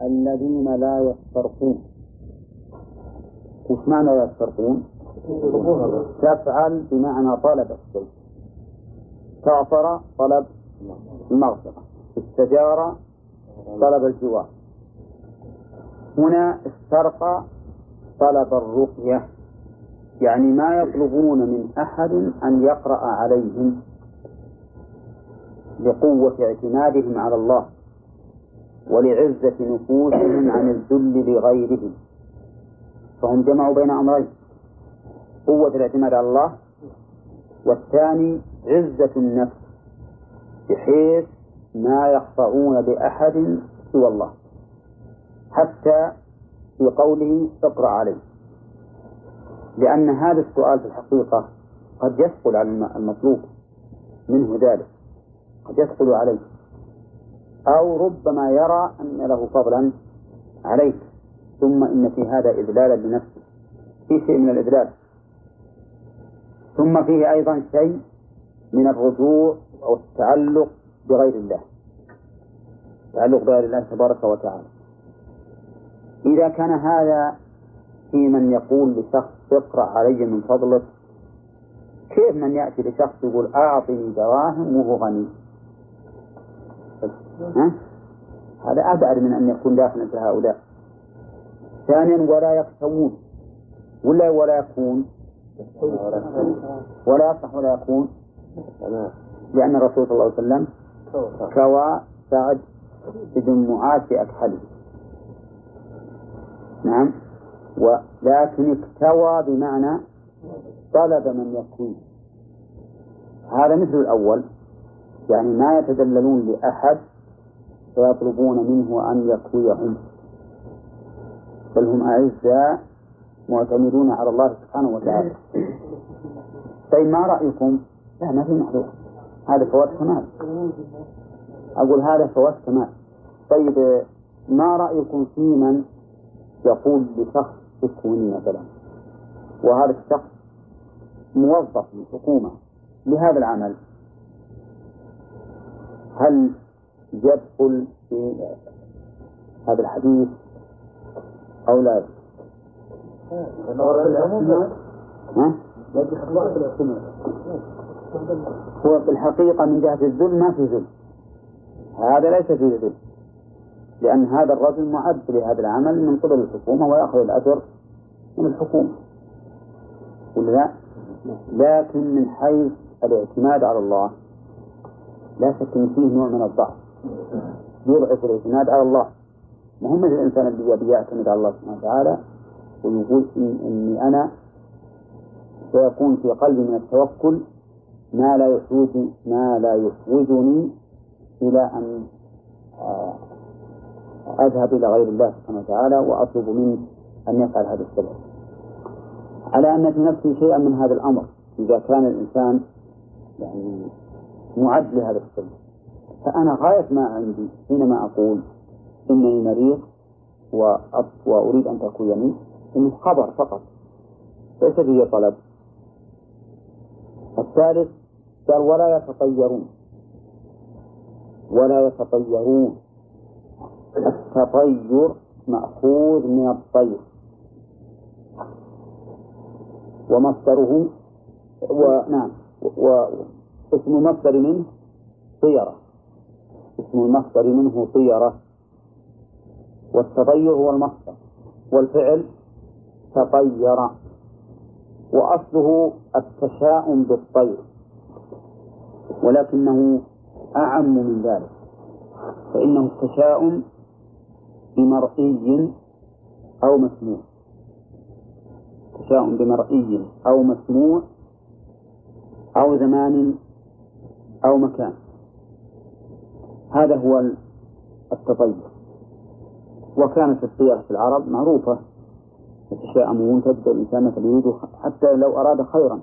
الذين لا يسترقون. وش معنى يسترقون؟ تفعل بمعنى طلب الشيء. كافر طلب المغفرة، استجار طلب الجوار. هنا استرقى طلب الرقية، يعني ما يطلبون من أحد أن يقرأ عليهم لقوة اعتمادهم على الله ولعزة نفوسهم عن الذل لغيرهم. فهم جمعوا بين أمرين: قوة الاعتماد على الله، والثاني عزة النفس بحيث ما يخضعون لأحد سوى الله، حتى في قوله اقرأ عليه، لأن هذا السؤال في الحقيقة قد يثقل على المطلوب منه ذلك، قد يثقل عليه، أو ربما يرى أن له فضلا عليك، ثم إن في هذا إذلالا لنفسه، في شيء من الإذلال، ثم فيه أيضا شيء من الرجوع أو التعلق بغير الله، تعلق بغير الله تبارك وتعالى. إذا كان هذا في من يقول لشخص اقرأ علي من فضلك، كيف من يأتي لشخص يقول أعطني دراهم وهو غني؟ هذا أبعد من أن يكون داخلا في هؤلاء. ثانيا ولا يكتوون، ولا يكون، ولا يصح ولا يكون، لأن الرسول صلى الله عليه وسلم كوى سعد بن معاذ في أكحله. نعم، ولكن اكتوى بمعنى طلب من يكوي. هذا مثل الأول، يعني ما يتدللون لأحد ويطلبون منه أن يكويهم، بل هم أعزاء معتمدون على الله سبحانه وتعالى. طيب ما رأيكم؟ لا، ما في محظور، هذا فوات كمال، أقول هذا فوات كمال. طيب ما رأيكم في من يقول لشخص اسكني مثلا، وهذا الشخص موظف من الحكومة لهذا العمل، هل يدخل في هذا الحديث أو لا؟ هو في الحقيقة من جهة الذل ما في ذل، هذا ليس فيه ذل، لأن هذا الرجل معد لهذا العمل من قبل الحكومة ويأخذ الأجر من الحكومة، ولا؟ لكن من حيث الاعتماد على الله لا شك أن فيه نوع من الضعف، يضعف الاعتماد على الله. مهم مثل الإنسان الذي يعتمد على الله سبحانه وتعالى ويقول إني أنا سيكون في قلبي من التوكل ما لا يحوجني إلى أن أذهب إلى غير الله سبحانه وتعالى وأطلب منه أن يفعل هذا السبب، على أن في نفسي شيئا من هذا الأمر إذا كان الإنسان يعني معد لهذا السبب. فأنا غاية ما عندي حينما أقول إنني مريض وأريد أن تكويني إنه خبر فقط ليس فيه طلب. الثالث قال ولا يتطيرون. التطير مأخوذ من الطير، ومصدره واسم المصدر منه طيرة، اسم المصدر منه طيرة، والتطير هو المصدر، والفعل تطير، وأصله التشاؤم بالطير، ولكنه أعم من ذلك، فإنه التشاؤم بمرئي أو مسموع، تشاؤم بمرئي أو مسموع أو زمان أو مكان، هذا هو التطير. وكانت الطيرة في العرب معروفة، يتشاءمون، تبدأ الإنسان مثل يريد حتى لو أراد خيرا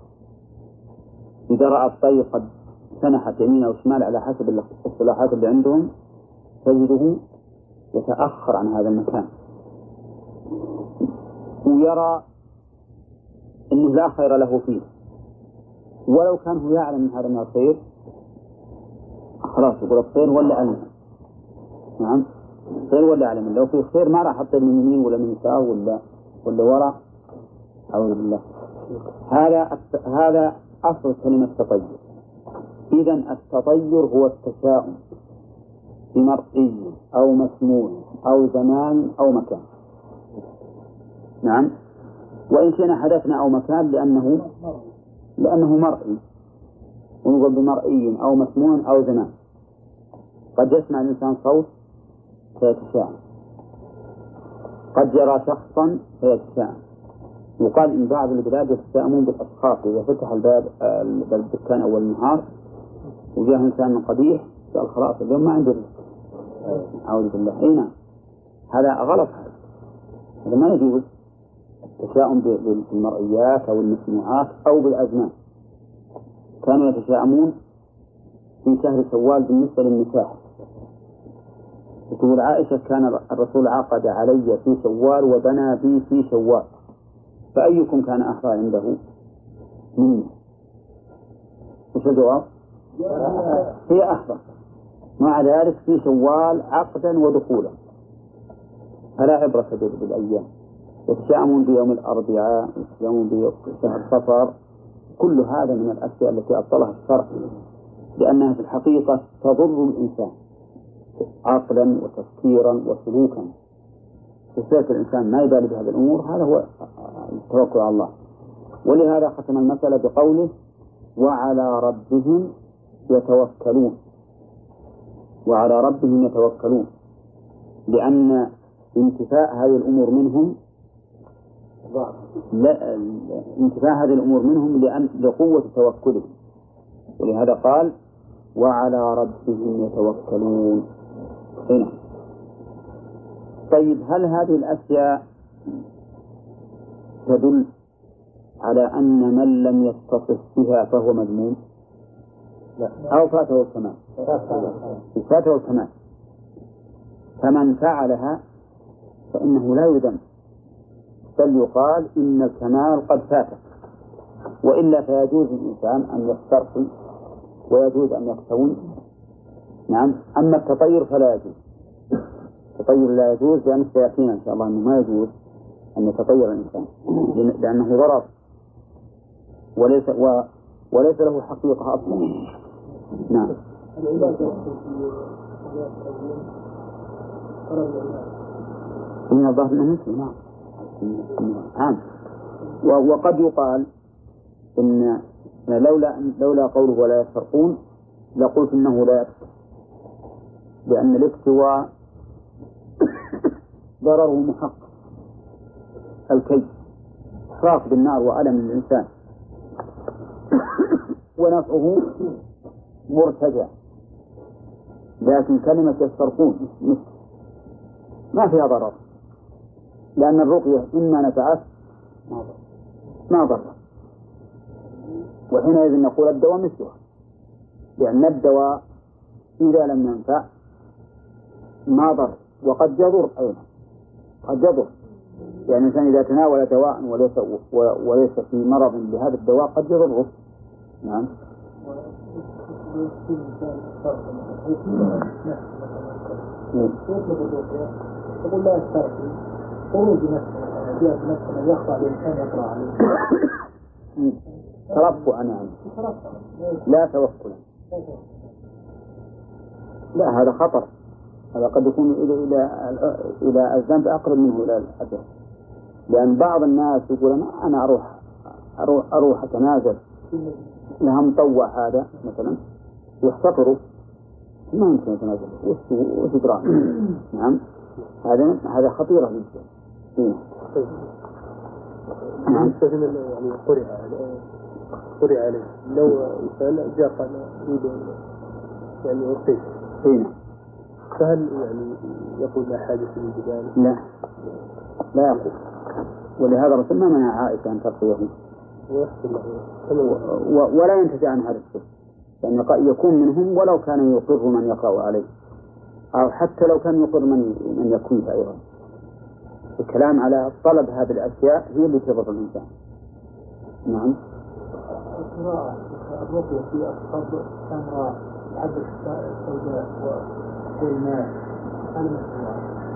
إذا رأى الطير قد سنحت يمين أو شمال على حسب الاصطلاحات اللي عندهم تجده يتأخر عن هذا المكان ويرى أنه لا خير له فيه، ولو كان هو يعلم من هذا الطير خلاص يقول الطير ولا ألم. نعم، خير ولا على يمين؟ لو في خير ما راح أحط من يمين ولا من يسار ولا وراء. أعوذ بالله. هذا أصل كلمة تطير. إذن التطير هو التشاؤم بمرئي أو مسموع أو زمان أو مكان. نعم. وإن شئنا حدثنا أو مكان لأنه مرئي، ونقول بمرئي أو مسموع أو زمان. قد يسمع الإنسان صوت فيتشاءم، قد يرى شخصا فيتشاءم. يقال إن بعض البلاد يتشاءمون بالأشخاص، إذا فتح الباب الدكان أول النهار وجاء إنسان قبيح قال خلاص اليوم ما عنده رزق. أعوذ بالله. أين هذا غلط، هذا ما يجوز. التشاؤم بالمرئيات أو المسموعات أو بالأزمان. كانوا يتشاءمون في شهر شوال بالنسبة للنكاح. تقول عائشة كان الرسول عقد علي في شوال وبنى بي في شوال، فأيكم كان أحرى عنده مني؟ وش الجواب؟ هي أحرى. مع ذلك في شوال عقدا ودخولا، فلا عبرة بالأيام. يتشاءمون بيوم الأربعاء، يتشاءمون بشهر صفر. كل هذا من الأشياء التي أبطلها الشرع، لأنها في الحقيقة تضر الإنسان عقلا وتفكيرا وسلوكا. وسيرة الإنسان ما يبالي بهذه الأمور، هذا هو التوكل على الله. ولهذا ختم المسألة بقوله وعلى ربهم يتوكلون. وعلى ربهم يتوكلون، لأن انتفاء هذه الأمور منهم لقوة توكلهم. ولهذا قال وعلى ربهم يتوكلون. هنا طيب، هل هذه الأشياء تدل على أن من لم يتصف بها فهو مذموم؟ لا. أو فاته الكمال؟ فاته الكمال. فمن فعلها فإنه لا يذم، بل يقال إن الكمال قد فاته. وإلا فيجوز الإنسان أن يسترقي ويجوز أن يكتوي. نعم. أما التطير فلا يجوز. التطير لا يجوز، لأن سيأتينا إن شاء الله أنه ما يجوز أن يتطير الإنسان، لأنه ضرر وليس له حقيقة أصلا. نعم. من الظاهر أنه مثل. نعم. وقد يقال إن لولا قوله ولا يسترقون لقلت إنه لا يكفر، لأن الاكتواء ضرره محقق. الكي إحراق بالنار وألم للإنسان، ونفعه مرتجع. لكن كلمة يسترقون ما فيها ضرر، لأن الرقية إما نفعت ما ضر. وحينئذ نقول الدواء مثلها، لأن الدواء إذا لم ينفع ما ضر، وقد يضر أيضا. قد يضر، يعني الإنسان إذا تناول دواء وليس في مرض لهذا الدواء قد يضره. نعم. يقول لا يسترقي خروج نفسه يخضع الإنسان يقرأ عليه ترفعا عنه لا توكلا. لا، هذا خطر. هذا قد يكون إلى الذنب أقرب منه إلى الأجر. لأن بعض الناس يقول أنا أروح أتنازل لها مطوع هذا مثلا يحتقره، ما يمكن يتنازل وش يدراه. نعم. هذا خطيرة جدا. نعم. يعني قرئ عليه لو إنسان جاء قال يريد يعني أرقيه، فهل يعني يقول لا حاجة للجدال؟ لا يقول. ولهذا الرسول ما منع عائشة أن ترقيه ولا ينتفع عن هذا الشيء، يعني يكون منهم ولو كان يقر من يقرأ عليه، أو حتى لو كان يقر من يكويه أيضا. الكلام على طلب هذه الأشياء هي اللي تضر الإنسان. نعم. الرقية في أصحاب كان يحب السوداء والماء المسؤول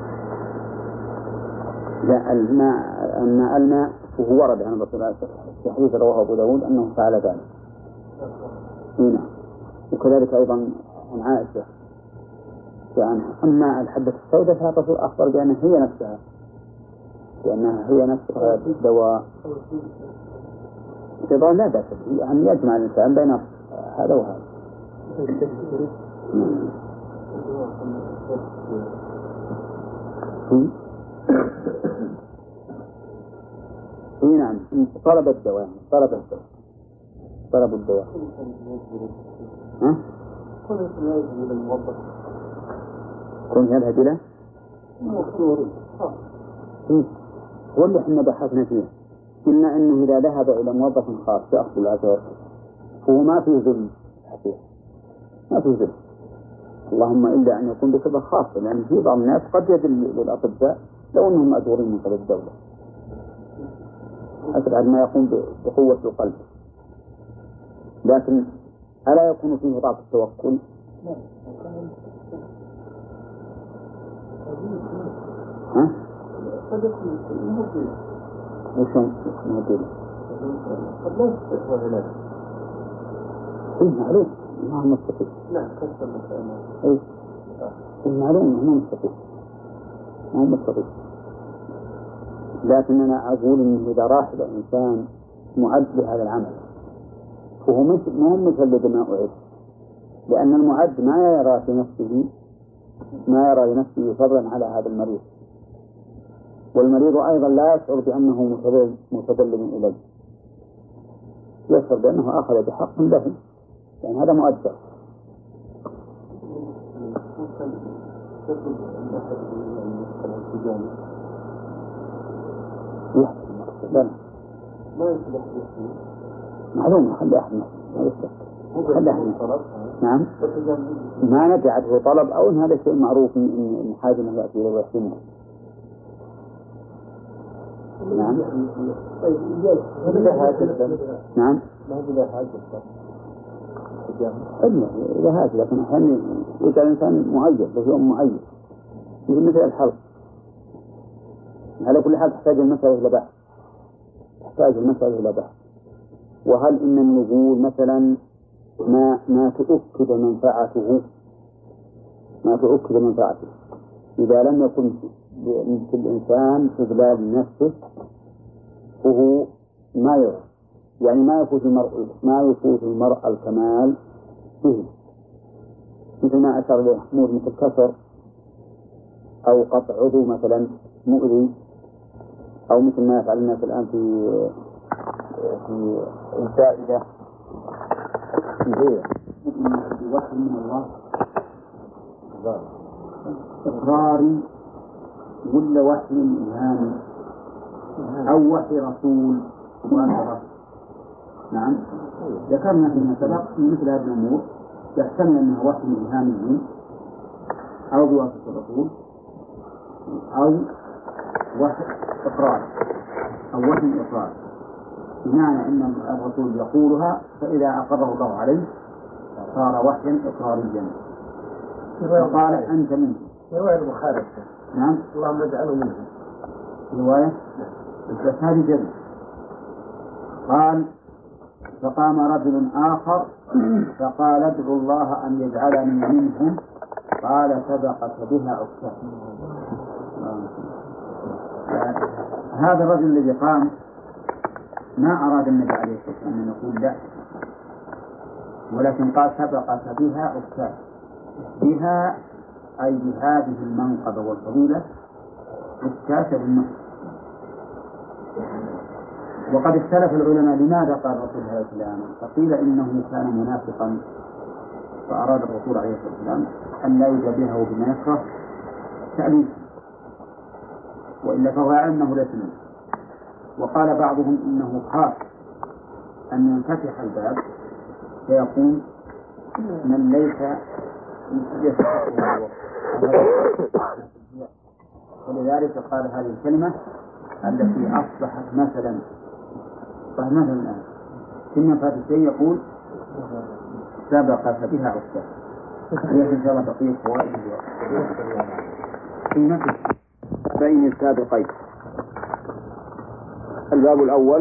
لا الماء وهو ورد عن الرسول في حديث رواه أبو داود أنه فعل ذلك. هنا وكذلك أيضا عن عائشة عنها. أما الحبة السوداء فالرسول أخبر بأنها هي نفسها، لأنها هي نفسها الدواء. الدواء لا بأس به، يعني يجمع الإنسان بين هذا وهذا. نعم طلب الدواء طلب الدواء. ها؟ كن يذهب إلى هو اللي احنا بحثنا فيه، قلنا إنه إذا ذهب إلى موظف خاص يأخذ الأجر هو ما في ذل حقيقة، ما في ذل، اللهم إلا أن يكون بصفة خاصة، لأن في بعض الناس قد يذل للأطباء لو أنهم مأجورين من قبل الدولة أسرع ما يقوم بقوة القلب. لكن ألا يكون فيه ضعف التوكل؟ ها؟ وشون مهديله؟ معلوم ما هو مستقيم. لا كسر مثلا. معلوم ما هو مستقيم. ما هو مستقيم. لكن أنا أقول إنه إذا راح الإنسان معد لهذا العمل وهو ما هو مثل لما أعد، لأن المعد ما يرى لنفسه فضلا على هذا المريض، والمريض أيضا لا يشعر بأنه متظلم إليه، يشعر بأنه أخذ بحق له، يعني هذا مؤدب. معلوم خلي أحد نعم ما نجعله طلب أو إن هذا شيء معروف إن حاجة أنه يأتي إلى ويحسنه. نعم نعم إذا هذا لكن أحيانا يجعل الإنسان معين في يوم معين مثل الحلق. على كل حال تحتاج المسألة إلى بحث. وهل إن النزول مثلا ما تؤكد منفعته إذا لم يكن في الإنسان إذلال نفسه وهو ما يرى، يعني ما يفوت المرء الكمال به، مثل ما أشار إليه محمود مثل كسر أو قطع عضو مثلا مؤذي، أو مثل ما يفعل الناس الآن في الفائدة بوحي من الله إقراري ولا وحي إلهامي أو وحي رسول مباشرة. نعم ذكرنا فيما سبق في مثل هذه الأمور يحتمل أنه وحي إلهامي أو بواسطة الرسول أو وحي إقرار أو وحي إقرار، بمعنى أن الرسول يقولها فإذا أقره الله عليه صار وحيا إقراريا فقال أنت منه. رواية البخاري. نعم اللهم اجعله منه. رواية بس هذه جزء. قال فقام رجل آخر فقال ادعو الله أن يجعلني منهم، قال سبقت بها أختها. هذا الرجل الذي قام ما أراد النبي عليه الصلاة والسلام أن يقول لا، ولكن قال سبقت بها أختها، بها أي بهذه المنقبة والفضيلة أختها بالنصر. وقد اختلف العلماء لماذا قال الرسول عليه السلام، فقيل إنه كان منافقا فأراد الرسول عليه الصلاة والسلام أن لا يجابهه بما يكره تأليف، وإلا فهو يعلم أنه ليس منه. وقال بعضهم إنه خاف أن ينفتح الباب فيقول من ليس يستحقه، ولذلك قال هذه الكلمة التي أصبحت مثلا الآن كلمة فاتحين يقول سبقت بها أختها. هي إن شاء الله بقية فوائد في مثل بين السابقين. الباب الأول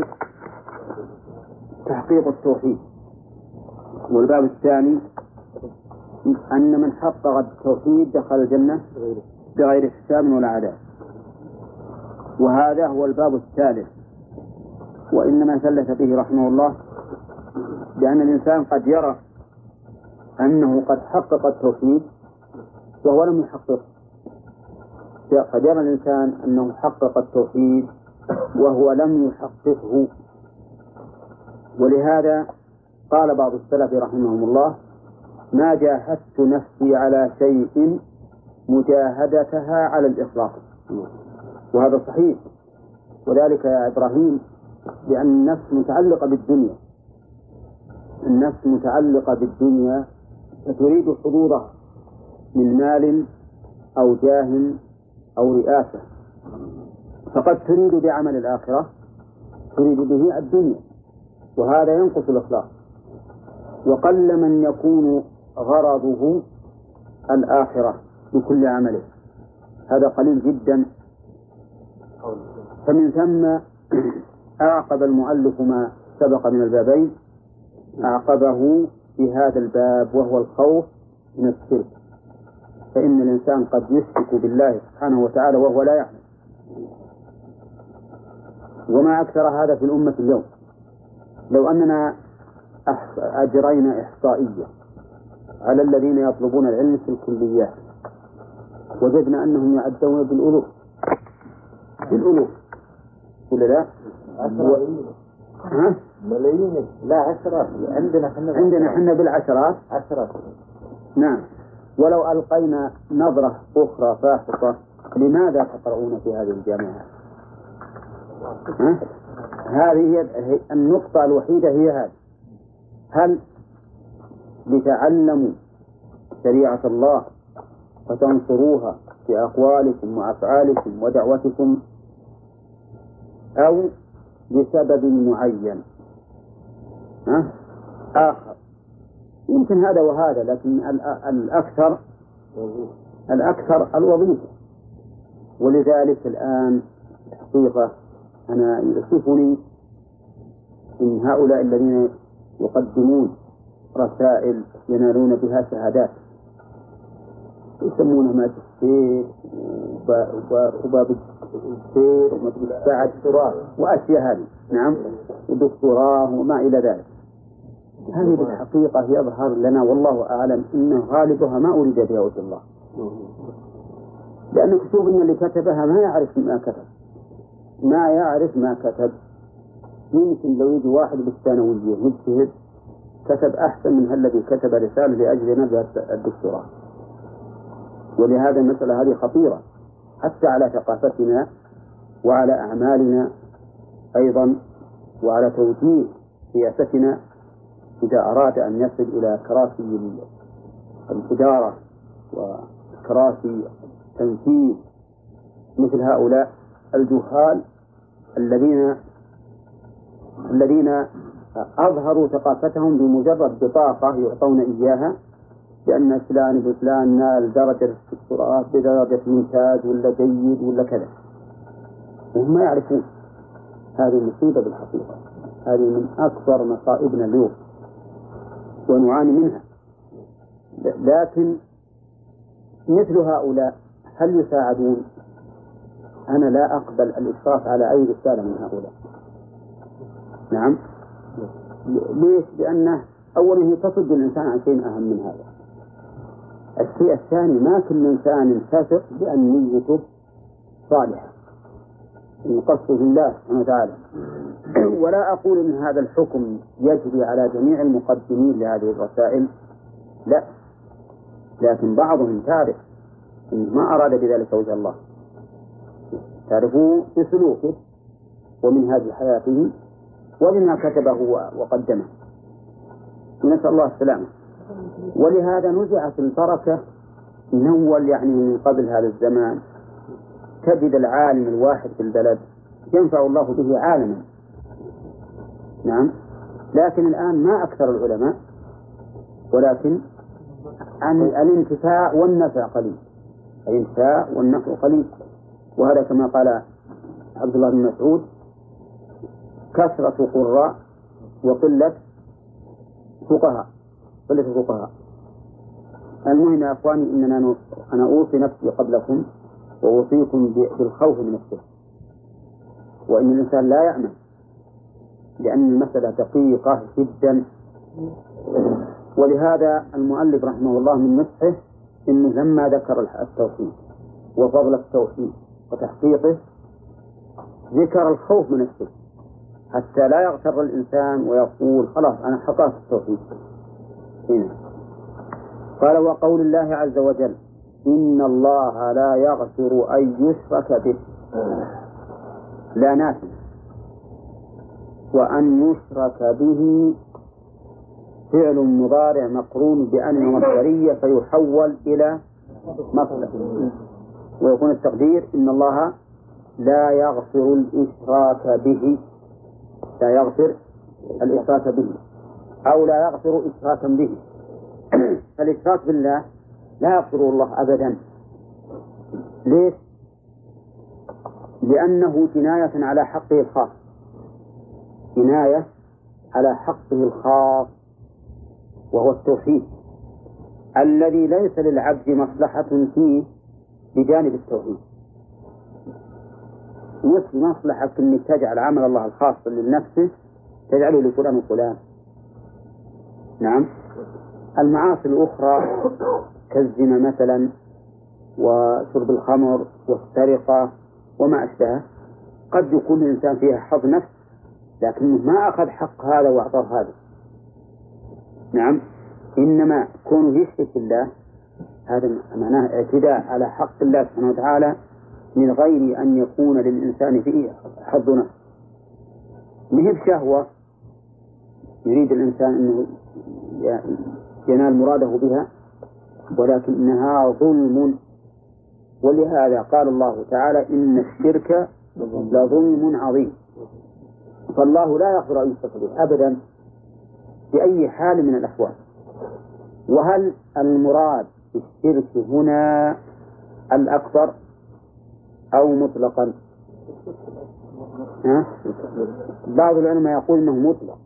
تحقيق التوحيد، والباب الثاني أن من حقق التوحيد دخل الجنة بغير حساب ولا عذاب، وهذا هو الباب الثالث. وإنما ثلث به رحمه الله لأن الإنسان قد يرى أنه قد حقق التوحيد وهو لم يحققه، قد يرى الإنسان أنه حقق التوحيد وهو لم يحققه. ولهذا قال بعض السلف رحمهم الله: ما جاهدت نفسي على شيء مجاهدتها على الإخلاص. وهذا صحيح، وذلك يا إبراهيم لأن النفس متعلقة بالدنيا، النفس متعلقة بالدنيا فتريد حظوظها من مال أو جاه أو رئاسة، فقد تريد بعمل الآخرة تريد به الدنيا، وهذا ينقص الإخلاص. وقل من يكون غرضه الآخرة بكل عمله، هذا قليل جدا. فمن ثم أعقب المؤلف ما سبق من البابين، أعقبه بهذا الباب وهو الخوف من الشرك، فإن الإنسان قد يشرك بالله سبحانه وتعالى وهو لا يعلم. وما أكثر هذا في الأمة اليوم. لو أننا أجرينا إحصائية على الذين يطلبون العلم في الكليات وجدنا أنهم يعدون بالألوف ولا لا؟ ملايين، لا عشرات. عندنا حنا بالعشرات. عشرات. نعم. ولو ألقينا نظرة أخرى فاحصة: لماذا تقرؤون في هذه الجامعات؟ هذه هي النقطة الوحيدة، هي هذه: هل لتعلموا شريعة الله فتنصروها بأقوالكم وأفعالكم ودعوتكم، أو لسبب معين آخر؟ يمكن هذا وهذا، لكن الأكثر الوظيفة. ولذلك الآن حقيقة أنا يؤسفني إن هؤلاء الذين يقدمون رسائل ينالون بها شهادات يسمونها ماجستير وباب السير ومدرسة وأشياء هذه، نعم، ودكتوراه وما إلى ذلك. هذه بالحقيقة يظهر لنا والله أعلم إن غالبها ما أريد بها وجه الله، لأنك تشوف إن اللي كتبها ما يعرف ما كتب. يمكن لو يجي واحد بالثانوية مجتهد كتب أحسن من الذي كتب رسالة لأجل نبذ الدكتوراه. ولهذا المسألة هذه خطيرة حتى على ثقافتنا وعلى أعمالنا أيضا، وعلى توجيه سياستنا إذا أراد أن يصل إلى كراسي الإدارة وكراسي التنفيذ، مثل هؤلاء الجهال الذين أظهروا ثقافتهم بمجرد بطاقة يعطون إياها لأن فلان بفلان نال درجة الدكتوراه بدرجة ممتاز ولا جيد ولا كذا، وهم ما يعرفون. هذه مصيبة بالحقيقة، هذه من أكبر مصائبنا اليوم ونعاني منها. لكن مثل هؤلاء هل يساعدون؟ أنا لا أقبل الإشراف على أي رسالة من هؤلاء. نعم. ليش؟ لأنه أولا هي تصد الإنسان عن شيء أهم من هذا. الشيء الثاني: ما كل إنسان تثق بأن نيته صالحة، إن قصده الله سبحانه وتعالى. ولا أقول إن هذا الحكم يجري على جميع المقدمين لهذه الرسائل، لا، لكن بعضهم تعرف إن ما أراد بذلك وجه الله، تعرفوه بسلوكه ومنهاج حياته وبما كتبه وقدمه، نسأل الله السلامة. ولهذا نزعت البركة من أول، يعني من قبل هذا الزمان تجد العالم الواحد في البلد ينفع الله به عالما، نعم، لكن الآن ما أكثر العلماء، ولكن عن الانتفاع والنفع قليل، الانتفاع والنفع قليل. وهذا كما قال عبد الله بن مسعود: كثرة قراء وقلة فقهاء. المهم يا أخواني أنا أوصي نفسي قبلكم وأوصيكم بالخوف من الشرك، وإن الإنسان لا يأمن، لأن المسألة دقيقة جدا. ولهذا المؤلف رحمه الله من نصحه إنه لما ذكر التوحيد وفضل التوحيد وتحقيقه ذكر الخوف من الشرك، حتى لا يغتر الإنسان ويقول خلاص أنا حققت التوحيد. هنا قال: وقول الله عز وجل: إن الله لا يغفر أن يشرك به، لا نافع، وأن يشرك به فعل مضارع مقرون بأن مصدرية فيحول إلى مصدر، ويكون التقدير: إن الله لا يغفر الإشراك به، لا يغفر الإشراك به، أو لا يغفر إشراكا به. فالإشراك بالله لا يغفره الله أبدا. ليش؟ لأنه جناية على حقه الخاص، جناية على حقه الخاص، وهو التوحيد الذي ليس للعبد مصلحة فيه بجانب التوحيد. مثل مصلحة أنك تجعل عمل الله الخاص لنفسه تجعله لفلان وفلان. نعم. المعاصي الأخرى كالزنا مثلا وشرب الخمر والسرقة وما أشبهه قد يكون الإنسان فيها حظ نفس، لكنه ما أخذ حق هذا وأعطاه هذا. نعم. إنما كونه يشرك بالله هذا معناه اعتداء على حق الله سبحانه وتعالى من غير أن يكون للإنسان فيه حظ نفس. مهب شهوة يريد الإنسان أنه ينال مراده بها، ولكنها ظلم. ولهذا قال الله تعالى: إن الشرك لظلم عظيم. فالله لا يغفر أن يشرك به أبدا بأي حال من الأحوال. وهل المراد بالشرك هنا الأكبر أو مطلقا؟ بعض العلماء يقول إنه مطلق،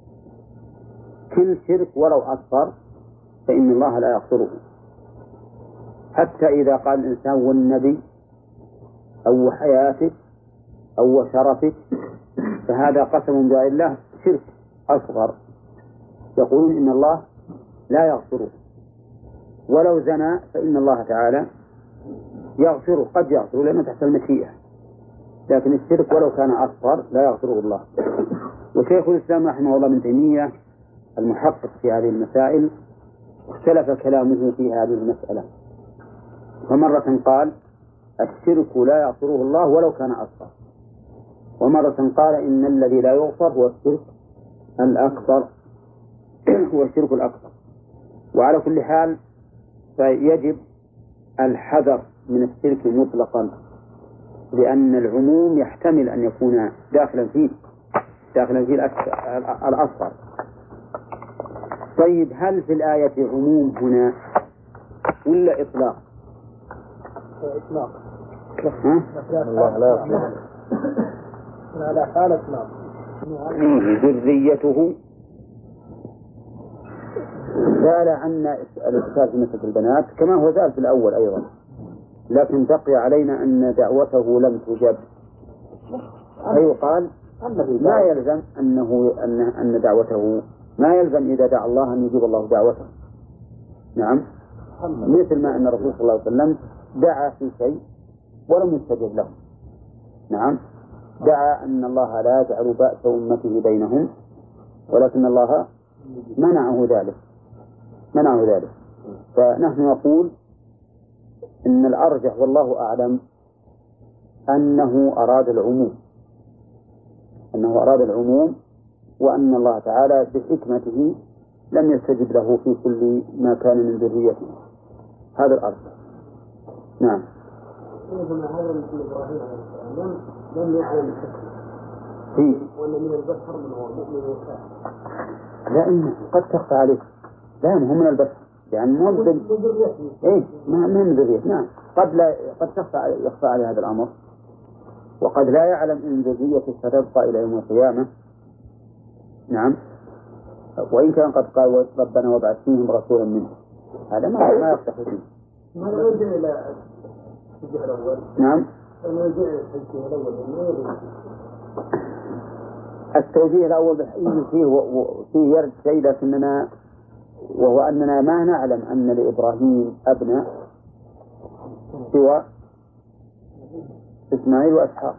كل شرك ولو أكبر فإن الله لا يغفره. حتى إذا قال الإنسان والنبي أو حياتك أو شرفك فهذا قسم بدعاء الله شرك أصغر، يقولون إن الله لا يغفره. ولو زنى فإن الله تعالى يغفره، قد يغفره لأنه تحت المشيئة، لكن الشرك ولو كان أصغر لا يغفره الله. وشيخ الإسلام رحمه الله ابن تيمية المحقق في هذه المسائل اختلف كلامه في هذه المسألة، فمرة قال الشرك لا يغفره الله ولو كان أصغر، ومرة قال إن الذي لا يغفر هو الشرك الأكبر، هو الشرك الأكبر. وعلى كل حال فيجب الحذر من الشرك مطلقا، لأن العموم يحتمل أن يكون داخلا فيه الأصغر. طيب، هل في الآية عموم هنا ولا إطلاق؟ إطلاق. الله لا يطلق على حال إطلاق. ذريته. زال عنا الإشكال في مسألة البنات كما هو زال في الأول أيضا، لكن بقي علينا أن دعوته لم تجب. فيقال لا يلزم أن دعوته، ما يلزم إذا دعا الله أن يجيب الله دعوته. نعم. مثل ما أن الرسول صلى الله عليه وسلم دعا في شيء ولم يستجب له. نعم. دعا أن الله لا يجعل بأس أمته بينهم، ولكن الله منعه ذلك. فنحن نقول إن الأرجح والله أعلم أنه أراد العموم، وأن الله تعالى بحكمته لم يستجب له في كل ما كان من ذريته. هذا الأرجح. نعم. هذا مثل إبراهيم عليه السلام لم يعلم الحكمة فيه، وأن من البشر من هو مؤمن وكافر. لا، إنه قد تخفى عليه. لا، هم من البشر يعني مو ما من ذريته. نعم. قد يخفى عليه هذا الأمر، وقد لا يعلم إن ذريته ستبقى إلى يوم القيامة نعم. وإن كان قد قال ربنا وابعث فيهم رسولا منهم، هذا ما يفتح فيه. ما نرجع إلى الجهة الأول. نعم. نرجع إلى الجهة الأول. التوجيه الأول فيه يرد شيء، لكننا وهو أننا ما نعلم أن لإبراهيم أبناء سوى إسماعيل وإسحاق،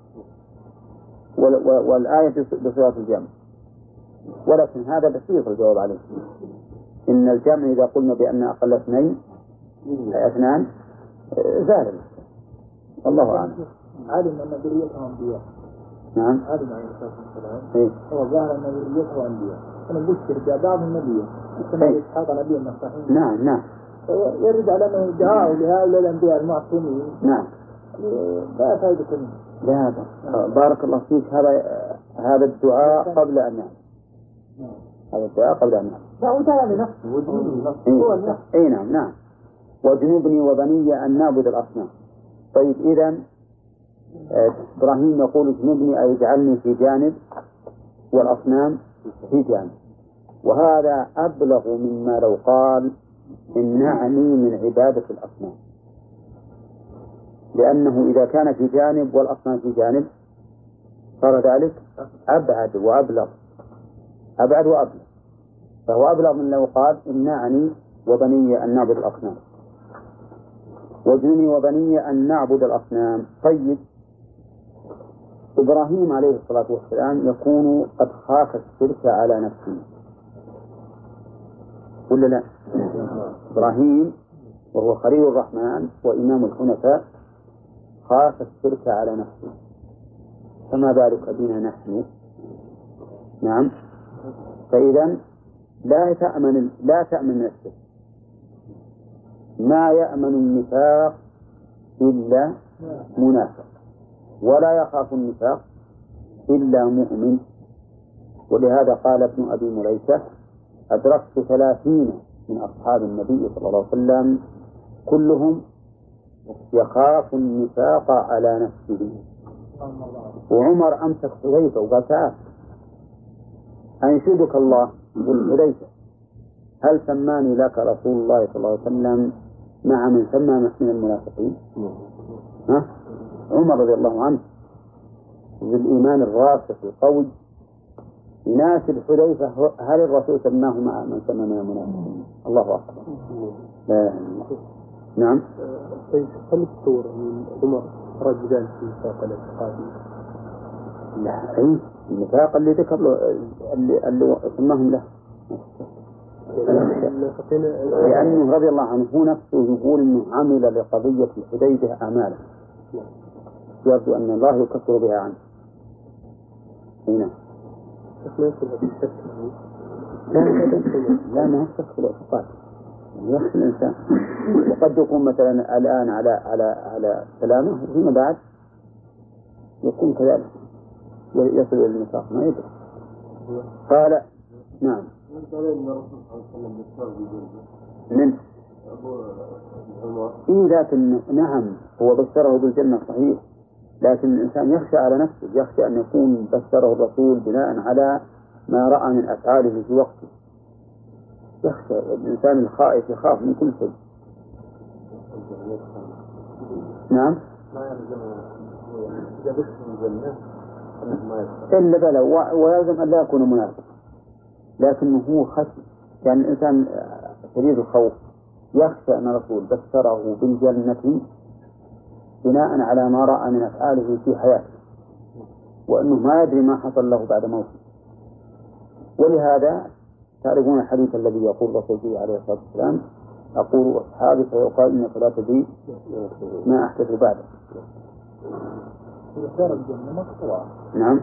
والآية بصيغة الجمع، ولكن هذا بسيط الجواب عليه. إن الجمع إذا قلنا بأن أقل اثنان زال. الله أعلم. عالم أن ذريته أنبياء. نعم. عالم عليه الصلاة والسلام. هو ظاهر أن ذريته أنبياء. أنا بشر بعضهم نبيا. إسحاق نبي من الصحيح. نعم. يرد على أنه دعاء لهؤلاء الأنبياء المعصومين. نعم. لا فائدة منه. لا بارك الله فيك. هذا الدعاء قبل أن يعلم. هذا الدعاء قبل أن يعلم. لا هو تعالى بنفسه. هو النفس. أي نعم. وجنوبني وبني أن نعبد الأصنام. طيب إذن إبراهيم يقول جنوبني أي اجعلني في جانب والأصنام في جانب، وهذا أبلغ مما لو قال امنعني من عبادة الأصنام، لأنه إذا كان في جانب والأصنام في جانب صار ذلك أبعد وأبلغ، فهو أبلغ من لو قال امنعني وبني أن نعبد الأصنام، وجنوني وبني أن نعبد الأصنام. طيب إبراهيم عليه الصلاة والسلام يكون قد خاف الشرك على نفسه ولا لا؟ إبراهيم وهو خليل الرحمن وإمام الحنفاء خاف الشرك على نفسه، فما بالك بنا نحن؟ نعم. فإذا لا تأمن نفسك، ما يأمن النفاق إلا منافق، ولا يخاف النفاق إلا مؤمن. ولهذا قال ابن أبي مليكة أدركت 30 من أصحاب النبي صلى الله عليه وسلم كلهم يخاف النفاق على نفسه. وعمر أمسك حذيفة وقال تعال أنشدك الله، قل حذيفة هل سماني لك رسول الله صلى الله عليه وسلم مع من سمى من المنافقين؟ عمر رضي الله عنه بالإيمان الراسخ القوي يناسب حذيفة هل الرسول سماه مع من سمى من المنافقين؟ الله أكبر. نعم. هل الصورة من عمر رجلان في نفاق الاعتقادي؟ لا، النفاق اللي ذكر له اللي سماهم له، لأنه رضي الله عنه هو نفسه يقول إنه عمل لقضية الحديبية أعمالا يرجو أن الله يكفر بها عنه. هنا لا ما يشك في الاعتقاد، يخشى الإنسان، وقد يكون مثلا الآن على سلامه وفيما بعد يكون كذلك يصل إلى النفاق ما يدري. قال نعم. من لكن نعم هو بشره بالجنة صحيح، لكن الإنسان يخشى على نفسه، يخشى أن يكون بشره الرسول بناء على ما رأى من أفعاله في وقته. يخشى الإنسان الخائف يخاف من كل شيء. نعم. إلا بلى ويلزم أن لا يكون منافق، لكنه هو خشي، يعني الإنسان شديد الخوف يخشى أن الرسول بشره بالجنة بناء على ما رأى من أفعاله في حياته، وأنه ما يدري ما حصل له بعد موته. ولهذا تعرفون الحديث الذي يقول الرسول فيه عليه الصلاة والسلام أقول أصحابي فيقال إنك لا تدري ما أحدث بعدك. نعم.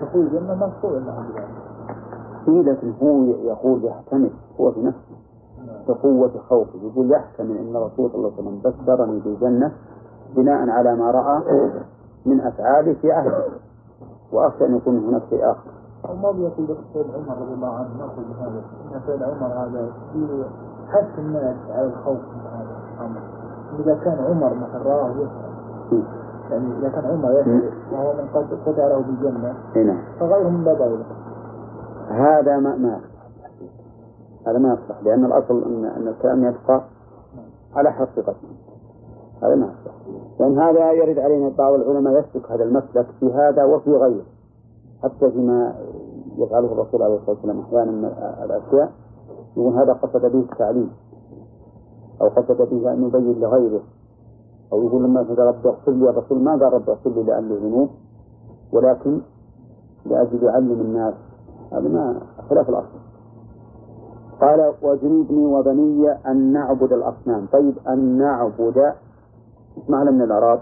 لكن هو يقول يحتمل هو في نفسه بقوة خوفه، يقول يحتمل أن الرسول صلى الله عليه وسلم بشرني بالجنة بناء على ما رأى من أفعاله في عهده، وأخشى أن يكون هناك شيء آخر. ما بيقول سيد عمر رضي الله عنه نأخذ بهذا إن سيد عمر هذا حث الناس على الخوف من هذا الأمر. إذا كان عمر مثلا راه يسأل، يعني إذا كان عمر يسأل وهو من قد له بالجنة فغيره من باب أولى. هذا ما يصلح. هذا ما يصلح، لأن الأصل أن الكلام يبقى على حقيقته. هذا ما يصلح، لأن هذا يرد علينا بعض العلماء يسلك هذا المسلك في هذا وفي غيره، حتى فيما يفعله الرسول عليه الصلاة والسلام أحيانا من الأشياء يقول هذا قصد به التعليم، أو قصد به أن يبين لغيره، أو يقول لما قال رب اغفر لي، الرسول ما قال رب اغفر لي لأن له ذنوب، ولكن لأجل يعلم الناس. هذا ما خلاف الأصل. قال وجنوبني وبني أن نعبد الأصنام. طيب أن نعبد ايش معنى من الأعراب؟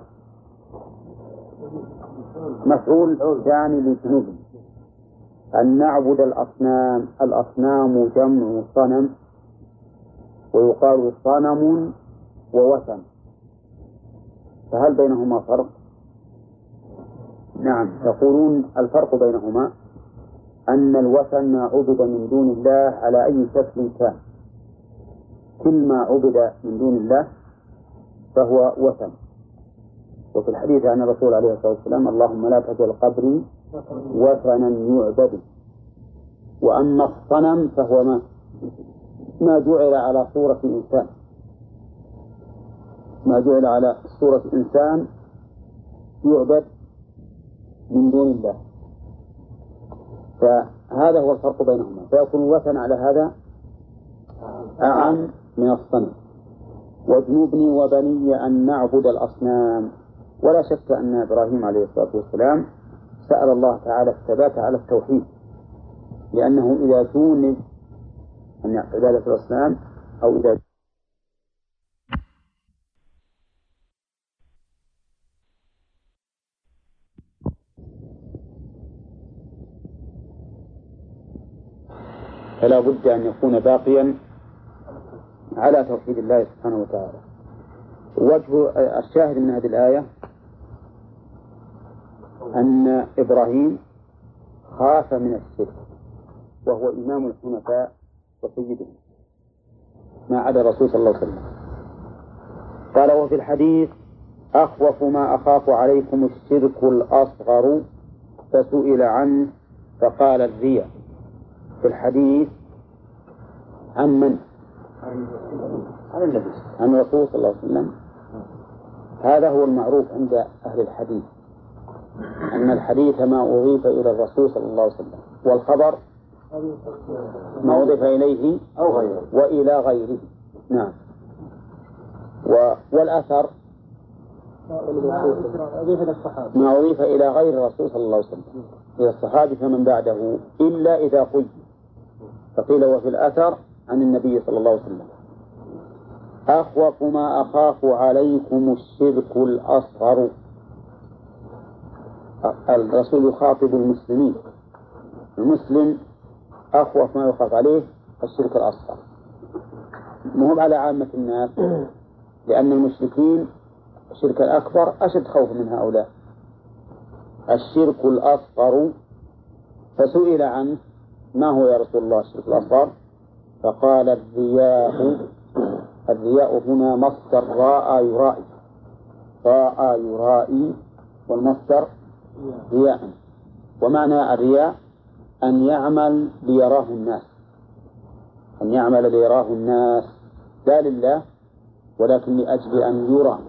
مفعول ثاني لجنوبني. أن نعبد الأصنام. الأصنام جمع صنم، ويقال صنم ووثن، فهل بينهما فرق؟ نعم، يقولون الفرق بينهما أن الوثن ما عبد من دون الله على أي شكل كان، كل ما عبد من دون الله فهو وثن. وفي الحديث عن الرسول عليه الصلاة والسلام اللهم لا تجعل قبري وثنا يعبد. وأما الصنم فهو ما جعل على صورة إنسان، ما جعل على صورة إنسان يعبد من دون الله، فهذا هو الفرق بينهما. فيكون الوثن على هذا أعم من الصنم. واجنبني وبني أن نعبد الأصنام. ولا شك أن إبراهيم عليه الصلاة والسلام سأل الله تعالى الثبات على التوحيد، لأنه إذا جونب أن عبادة الأصنام أو إذا فلا بد أن يكون باقيا على توحيد الله سبحانه وتعالى. وجه الشاهد من هذه الآية أن إبراهيم خاف من الشرك، وهو إمام الحنفاء وسيدهم ما عدا الرسول صلى الله عليه وسلم. قال وفي الحديث أخوف ما أخاف عليكم الشرك الأصغر، فسئل عنه فقال الرياء. في الحديث عن من؟ عن الرسول صلى الله عليه وسلم. هذا هو المعروف عند أهل الحديث، أن الحديث ما أضيف إلى الرسول صلى الله عليه وسلم، والخبر ما أضيف إليه أو غيره وإلى غيره. نعم. والأثر ما أضيف إلى غير الرسول صلى الله عليه وسلم، إلى الصحابي فمن بعده، إلا إذا قيد، فقيل وفي الأثر عن النبي صلى الله عليه وسلم. أخوف ما أخاف عليكم الشرك الأصغر. الرسول يخاطب المسلمين، المسلم أخوف ما يخاف عليه الشرك الأصغر، مهم على عامة الناس، لأن المشركين الشرك الأكبر أشد خوف من هؤلاء. الشرك الأصغر فسئل عنه ما هو يا رسول الله الشرك الأصغر؟ فقال الرياء. الرياء هنا مصدر راء يرائي، راء يرائي، والمصدر رياء. ومعنى الرياء أن يعمل ليراه الناس، أن يعمل ليراه الناس لا لله ولكن لأجل أن يرى.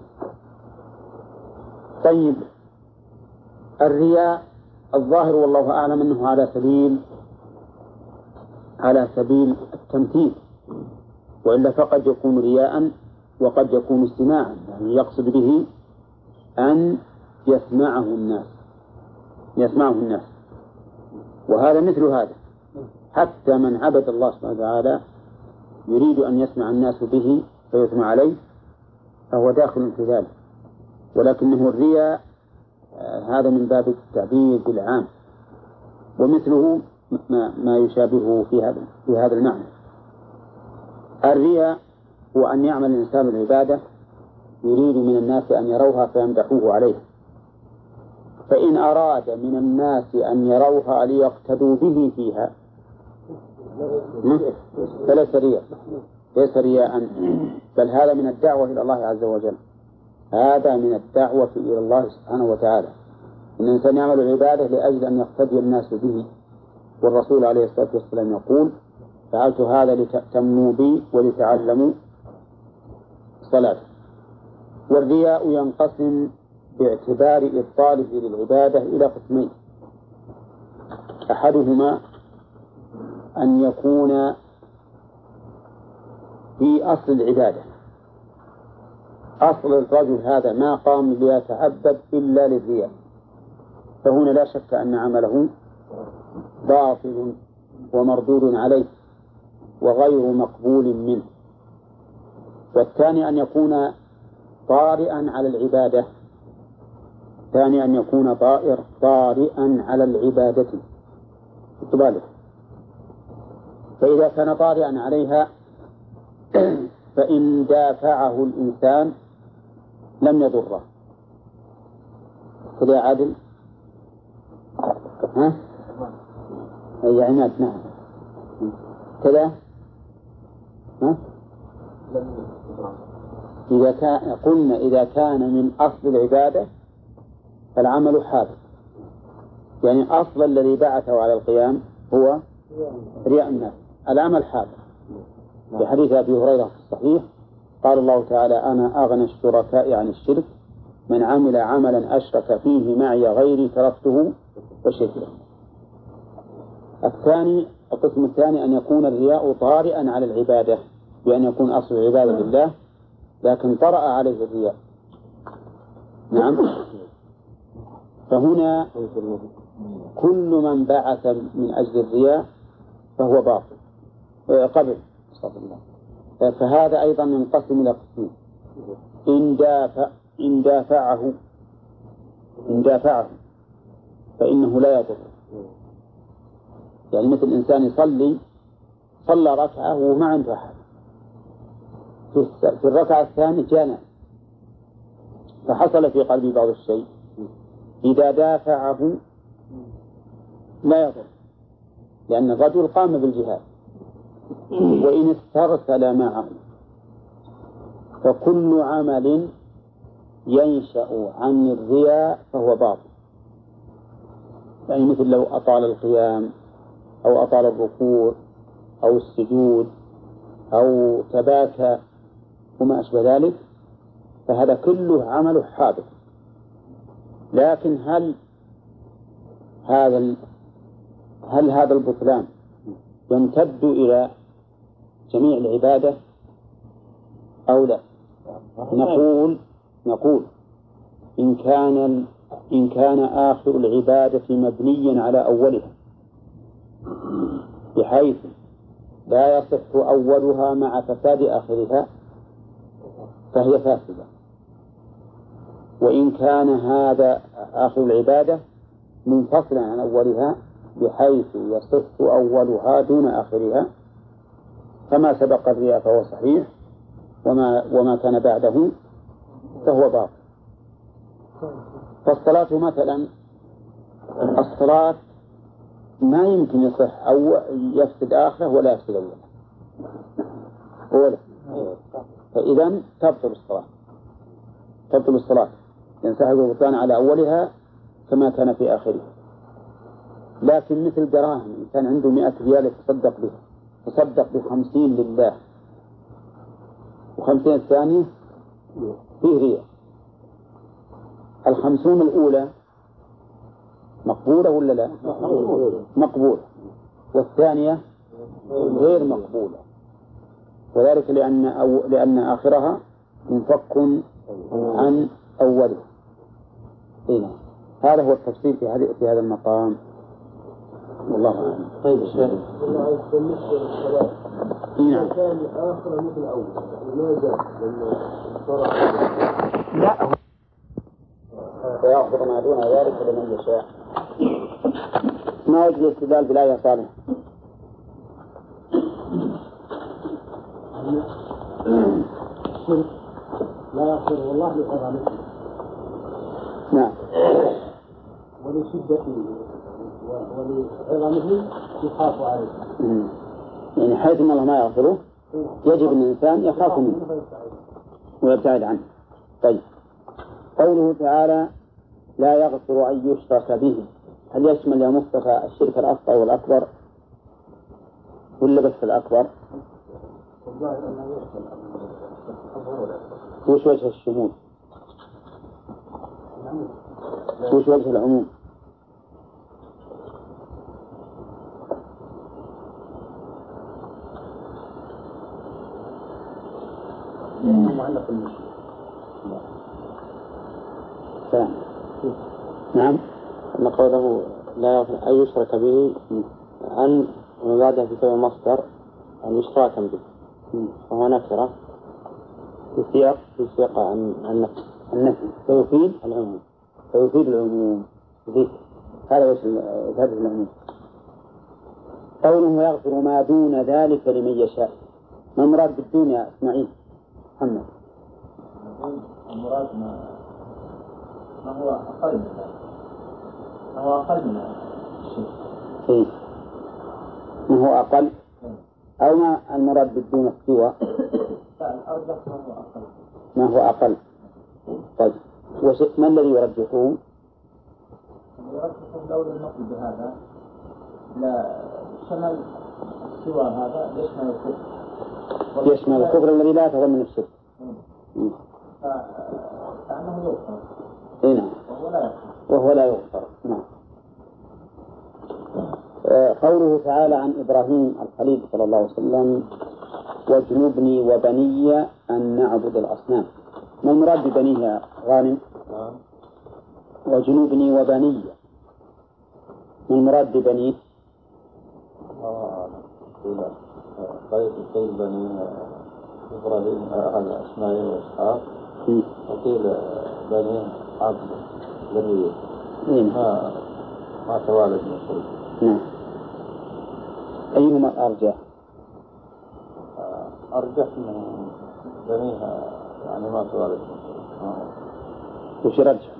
طيب الرياء الظاهر والله أعلم أنه على سبيل التمثيل، وإلا فقد يكون رياء وقد يكون استماعا، يعني يقصد به أن يسمعه الناس، وهذا مثل هذا. حتى من عبد الله سبحانه وتعالى يريد أن يسمع الناس به فيسمع عليه فهو داخل في ذلك، ولكنه الرياء هذا من باب التعبير بالعام، ومثله ما يشابهه في هذا المعنى. الرياء هو أن يعمل الإنسان العبادة يريد من الناس أن يروها فيمدحوه عليه، فإن أراد من الناس أن يروها ليقتدوا به فيها فليس رياء، ليس رياء، بل هذا من الدعوة إلى الله عز وجل، هذا من الدعوة إلى الله سبحانه وتعالى. إن الإنسان يعمل العبادة لأجل أن يقتدي الناس به، والرسول عليه الصلاة والسلام يقول: فعلت هذا لتأتموا بي ولتعلموا صلاة. والرياء ينقسم باعتبار إبطاله للعبادة إلى قسمين: أحدهما أن يكون في أصل العبادة، أصل الرجل هذا ما قام ليتعبد إلا للرياء، فهنا لا شك أن عمله باطل ومردود عليه وغير مقبول منه. والثاني أن يكون طارئا على العبادة، ثاني أن يكون طارئا على العبادة بالك. فإذا كان طارئا عليها فإن دافعه الإنسان لم يضره. كذا عادل؟ ها؟ أي عماد؟ نعم كذا. ها؟ قلنا إذا كان من أصل العبادة فالعمل حادث، يعني أصل الذي بعثه على القيام هو رياء الناس، العمل حادث. في حديث أبي هريرة في الصحيح قال الله تعالى: أنا أغنى الشركاء عن الشرك، من عمل عملا أشرك فيه معي غيري تركته وشركه. القسم الثاني أن يكون الرياء طارئا على العبادة، بأن يكون أصل العبادة لله لكن طرأ عليه الرياء. نعم. فهنا كل من بعث من أجل الرياء فهو باطل قبل. فهذا أيضا ينقسم إلى قسمين: إن دافعه فإنه لا يضر. يعني مثل إنسان صلى ركعة وما عنده أحد، في الركعة الثانية جانا فحصل في قلبي بعض الشيء، إذا دافعه لا يضر، لأن الرجل قام بالجهاد. وإن استرسل معه فكل عمل ينشأ عن الرياء فهو باطل. يعني مثل لو أطال القيام أو أطال الركوع أو السجود أو تباكى وما أشبه ذلك، فهذا كله عمله حادث. لكن هل هذا البطلان يمتد إلى جميع العبادة أو لا؟ نقول إن كان آخر العبادة مبنيا على أولها بحيث لا يصح أولها مع فساد آخرها فهي فاسدة. وإن كان هذا آخر العبادة منفصلا عن أولها بحيث يصح أولها دون آخرها فما سبق الرياء فهو صحيح، وما كان بعده فهو باطل. فالصلاة مثلا، الصلاة ما يمكن يصح أو يفسد آخره ولا يفسد أوله، فإذا تبطل الصلاة ينسحب البطلان على أولها كما كان في آخرها. لكن مثل دراهم، إنسان عنده 100 ريال يتصدق بها، تصدق ب50 لله و50 الثانية فيه رياء، 50 الأولى مقبولة ولا لا؟ مقبولة، والثانية غير مقبولة، وذلك لأن آخرها منفك عن أولها. هذا هو التفسير في هذا المقام، والله أعلم. طيب الشيخ، بالنسبة للصلاة نعم. كان آخر مثل أول لماذا؟ لا، فيغفر ما دون ذلك لمن يشاء. ما وجه الاستدلال بالآية صالح؟ لا يغفر الله لعظمته. نعم. ولشدته ولعظمته يخاف عليه. يعني حيث الله ما يغفره يجب أن الإنسان يخاف منه ويبتعد عنه. طيب، قوله تعالى: لا يغفر أن يشرك به هل يشمل يا مصطفى الشرك الأصغر والأكبر ولا بس الأكبر؟ وش وجه الشمول؟ وش وجه العموم؟ نعم. أن قوله لا يغفر أن يشرك به أن وبعدها في كلمة مصدر أن يشراكا به، وهو نكرة في سياق عن النفي فيفيد العموم. فيفيد العموم هذا وش هذا العموم. قوله يغفر ما دون ذلك لمن يشاء. ما المراد بالدون يا إسماعيل محمد؟ المراد ما هو أقل من ذلك، ما هو أقل من الشيء. ما هو أقل أو ما المراد بالدون السوى؟ لا الأرجح ما هو أقل. ما هو أقل. طيب ما الذي يرجحه؟ يرجحه لو لم نقل بهذا لا شمل سوى هذا يشمل الكفر. يشمل الكفر الذي لا يتضمن الشرك. فأنه يغفر. نعم. وهو لا يغفر. نعم. قوله تعالى عن إبراهيم الخليل صلى الله عليه وسلم واجنبني وبني أن نعبد الأصنام. ما المراد ببنيه يا غانم؟ وجنوبني وبني، ما المراد ببنيه؟ قيل بني إبراهيم على إسماعيل وإسحاق، وقيل بني عبد ذرية ما توالد من شيء. نعم. أيهما أرجح؟ أرجح من بنيها يعني ما توالد من شيء. وش رجح؟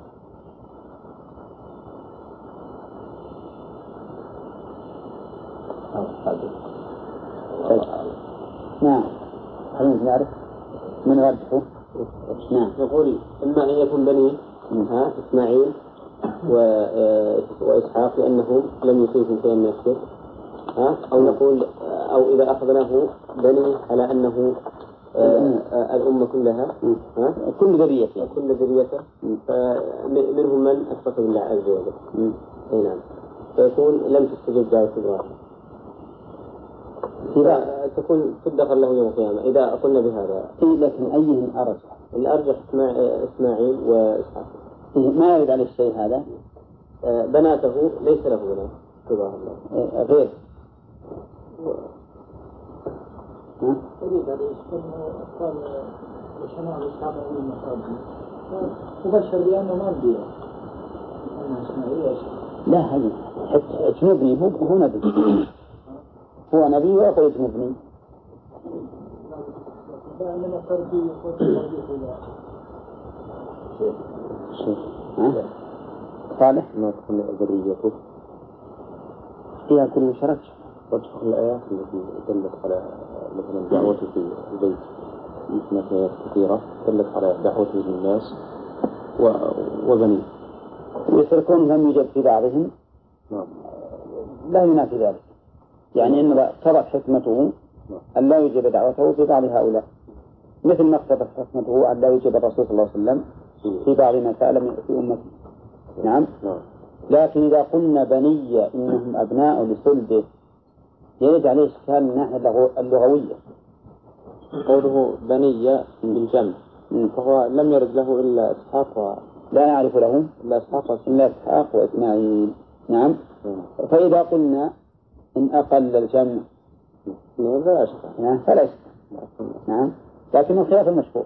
نعم. هل نعرف من رجحه؟ نعم. نقول إما أن يكون بني إسماعيل وإسحاق لأنهم لم يصيبوا شيئا من الشرك، أو نقول أو إذا أخذناه بني على أنه الأمة كلها كل ذريته منهم من أشرك بالله عز وجل. نعم. فيكون لم تستجب دعوة إبراهيم، تكون تدخل له يوم القيامة إذا قلنا بهذا. لكن أيهم أرجح؟ الأرجح إسماعيل وإسحاق. ما يريد على الشيء هذا. بناته ليس له بنات تبارك الله غير يريد أن يكون أطفال شمال إسحاق من المصابين مبشر بأنه ما بديه أنه إسماعيل وإسحاق. لا هذه اجنبني هو نبي. هو نبي ويقول اجنبني. لأننا تربي شيء صالح ما تكون ذريته فيها كل شرك. وتدخل الآيات التي دلت على مثلا دعوته في البيت، مثل آيات كثيرة دلت على دعوته للناس وبنيه، ويتركون لم يوجد في بعضهم. لا ينافي ذلك، يعني إن اقتضت حكمته أن لا يجب دعوته في بعض هؤلاء، مثل ما اقتضت حكمته أن لا يجب الرسول صلى الله عليه وسلم في بعض مسائل في أمته. نعم. لكن إذا قلنا بنية إنهم أبناء لصلبه يرد عليه إشكال من الناحية اللغوية. قوله بنية بالجمع فهو لم يرد له إلا إسحاق لا نعرف له إلا إسحاق وإسماعيل. نعم. فإذا قلنا إن أقل الجمع فلا أشكال. نعم. لكنه خلاف المشهور.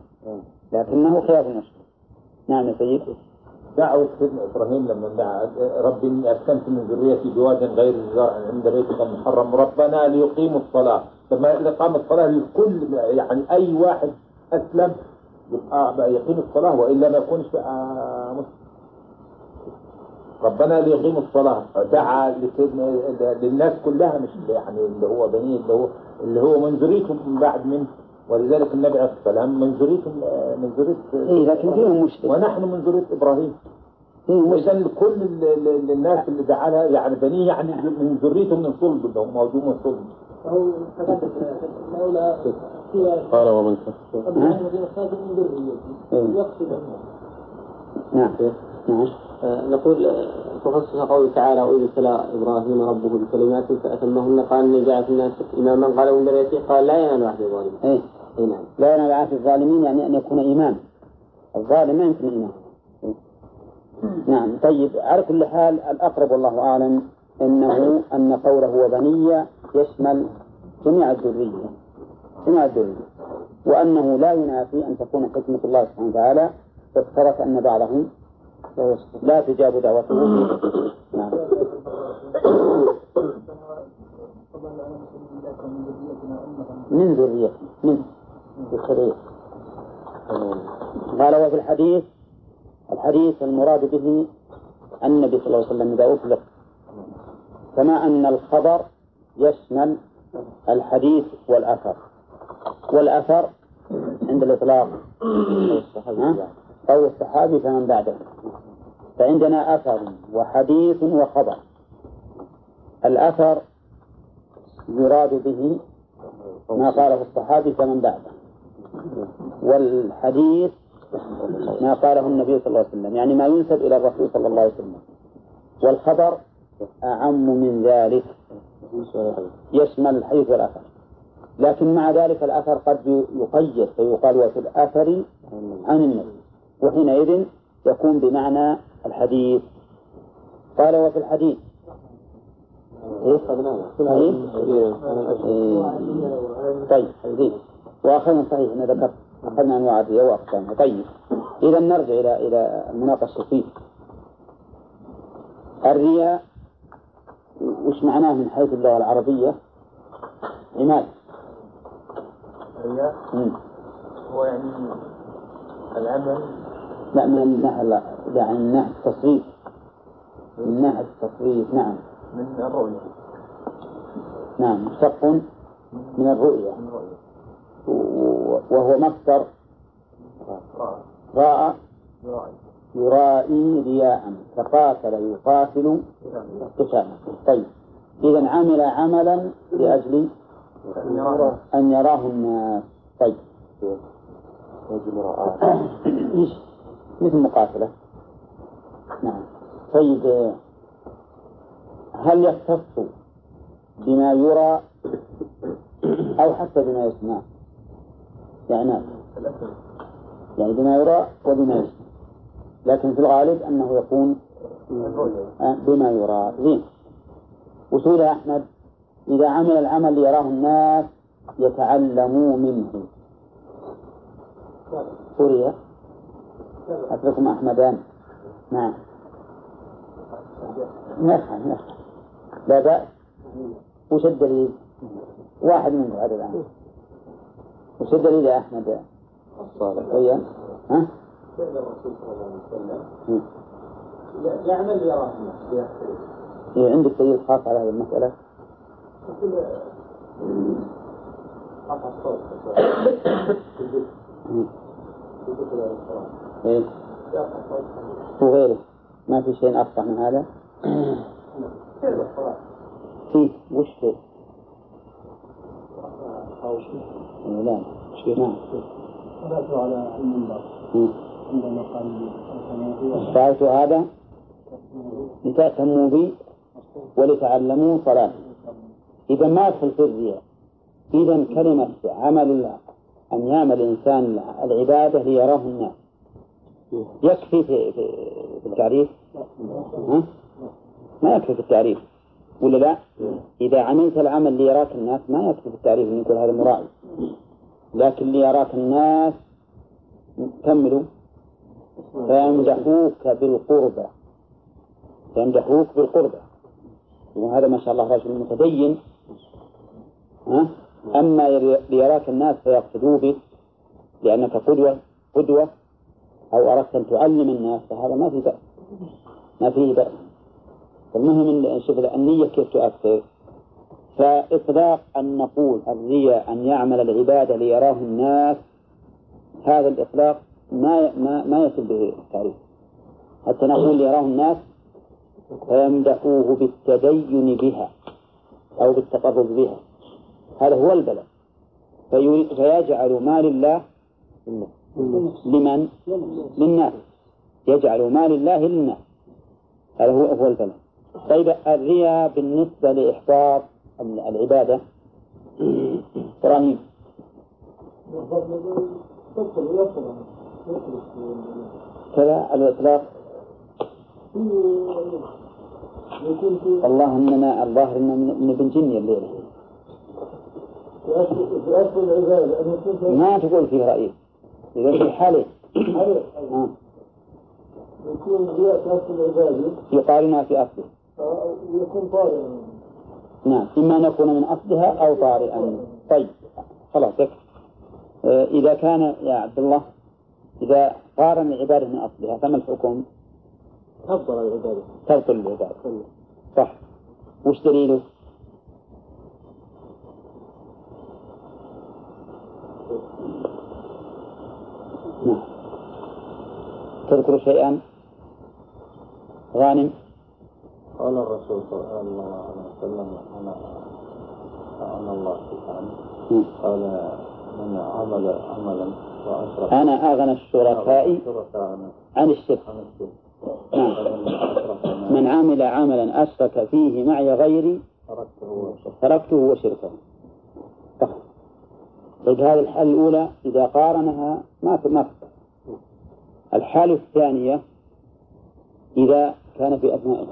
نعم يا سيد. دعوة سيدنا إبراهيم لما دعا ربي إني أسكنت من ذريتي بواد غير الزرع عند بيتك المحرم ربنا ليقيموا الصلاة. لما إقام الصلاة للكل، يعني أي واحد أسلم يبقى يقيم الصلاة وإلا ما يكونش مسلم. ربنا ليقيموا الصلاة دعا للناس كلها، مش يعني اللي هو بنيه اللي هو من ذريته من بعد منه، ولذلك النبي عليه الصلاة والسلام من ذرية لكن فيهم مشكلة، ونحن من ذرية إبراهيم. إذا كل الناس اللي جعلها يعني بنيه يعني من ذريته من صلب اللي هم موجود من صلب. أو تقدم لولا قال ومن كفر قبل أن يكون خادم من ذريته يقصد نعم. نعم. نقول تخصص قوله تعالى وإذ ابتلى إبراهيم ربه بكلمات فأتمهن قال إني جعلت الناس إماما قال من ذريته قال لا ينال عهد الظالمين. إيه نعم. لا ينال عهد الظالمين يعني أن يكون إمام. الظالم ما يمكن إمام. نعم. طيب على كل حال الأقرب والله أعلم أن قوله وبنية يشمل جميع الذرية وأنه لا ينافي أن تكون حكمة الله سبحانه وتعالى فاخترت أن بعضهم لا تجاب دعوته. نعم. من ذرية من الخليل. قال وفي الحديث المراد به النبي صلى الله عليه وسلم إذا أطلق كما أن الخبر يشمل الحديث والأثر عند الإطلاق أو الصحابي فمن بعده. فعندنا أثر وحديث وخبر. الأثر يراد به ما قاله الصحابي فمن بعده، والحديث ما قاله النبي صلى الله عليه وسلم يعني ما ينسب إلى الرسول صلى الله عليه وسلم. والخبر أعم من ذلك يشمل الحديث والأثر، لكن مع ذلك الأثر قد يقيد فيقال وفي الأثر عن النبي وحينئذ يكون بمعنى الحديث. قال وفي الحديث طيب زين وأخذنا صحيح أنا ذكرت أخذنا أنواع الرياء وأقسامها. طيب إذا نرجع إلى المناقشة فيه. الرياء وش معناه من حيث اللغة العربية؟ عماد. الرياء هو يعني العمل لا من ناحية يعني من ناحية التصريف نعم من الرؤية. نعم مشتق من الرؤية وهو مصدر راء يرائي رياء فقاتل يقاتل قتالا. طيب إذا عمل عملا لأجل أن يراه الناس. طيب مثل مقاتلة. نعم. طيب هل يختص بما يرى أو حتى بما يسمع؟ يعني بما يرى وبما يسمع، لكن في الغالب أنه يكون بما يرى. زين. وسئل أحمد إذا عمل العمل ليراه الناس يتعلموا منه سوريا أتركم أحمدان. نعم نفهم لا بأس. وش الدليل؟ واحد منه هذا الآن. وش الدليل يا أحمد الصالح؟ ويا ها؟ فعل الرسول صلى الله عليه وسلم يعمل يراه الناس. عندك دليل خاص على هذه المسألة؟ قطع الصوت إيه وغيره ما في شيء أفصح من هذا؟ فيه وش فيه؟ لا نعم على المنبر عندما قال فعلت هذا لتأتموا بي ولتعلموا صلاتي. إذا ما يدخل في الرياء. إذا كلمة عمل أن يعمل الإنسان العبادة ليراه الناس يكفي في التعريف؟ ما يكفي في التعريف ولا لا؟ إذا عملت العمل ليراك الناس ما يكفي في التعريف أن يقول هذا مرائي، لكن ليراك الناس كملوا فيمدحوك بالقربة وهذا ما شاء الله رجل متدين. أما ليراك الناس فيقصدوا بك لأنك قدوة أو أردت أن تعلم الناس فهذا ما فيه بأس. المهم أن نشوف النية كيف تؤثر. فإطلاق أن نقول الرياء أن يعمل العبادة ليراه الناس هذا الإطلاق ما يصل به التعريف. حتى نقول يراه الناس فيمدحوه بالتدين بها أو بالتقرب بها، هذا هو البلاء. فيجعل ما لله لمن؟ للناس، يجعل ما لله للناس، هذا هو البلاء. طيب الرياء بالنسبة لإحباط العبادة إبراهيم؟ كذا على الإطلاق. والله إننا الظاهر إن بنجني الليلة ما تقول فيه رأيي إذا في حالة يكون رياء في أصل العبادة يقارنها في أصله ويكون طارئا. نعم، إما أن يكون من أصلها أو طارئا. طيب خلاص إذا كان يا عبد الله إذا قارن العبادة من أصلها فما الحكم؟ تبطل العبادة. تبطل العبادة صح. وش دليله؟ تذكر شيئا غانم؟ قال الرسول صلى الله عليه وسلم أنا الله سبحانه قال من عمل عملا وأشرك أنا أغنى الشركاء عن الشرك. من عمل عملا أشرك فيه معي غيري تركته وشركه. طيب هذه الحالة الأولى إذا قارنها ما تفعل. الحالة الثانية إذا كان في أثناء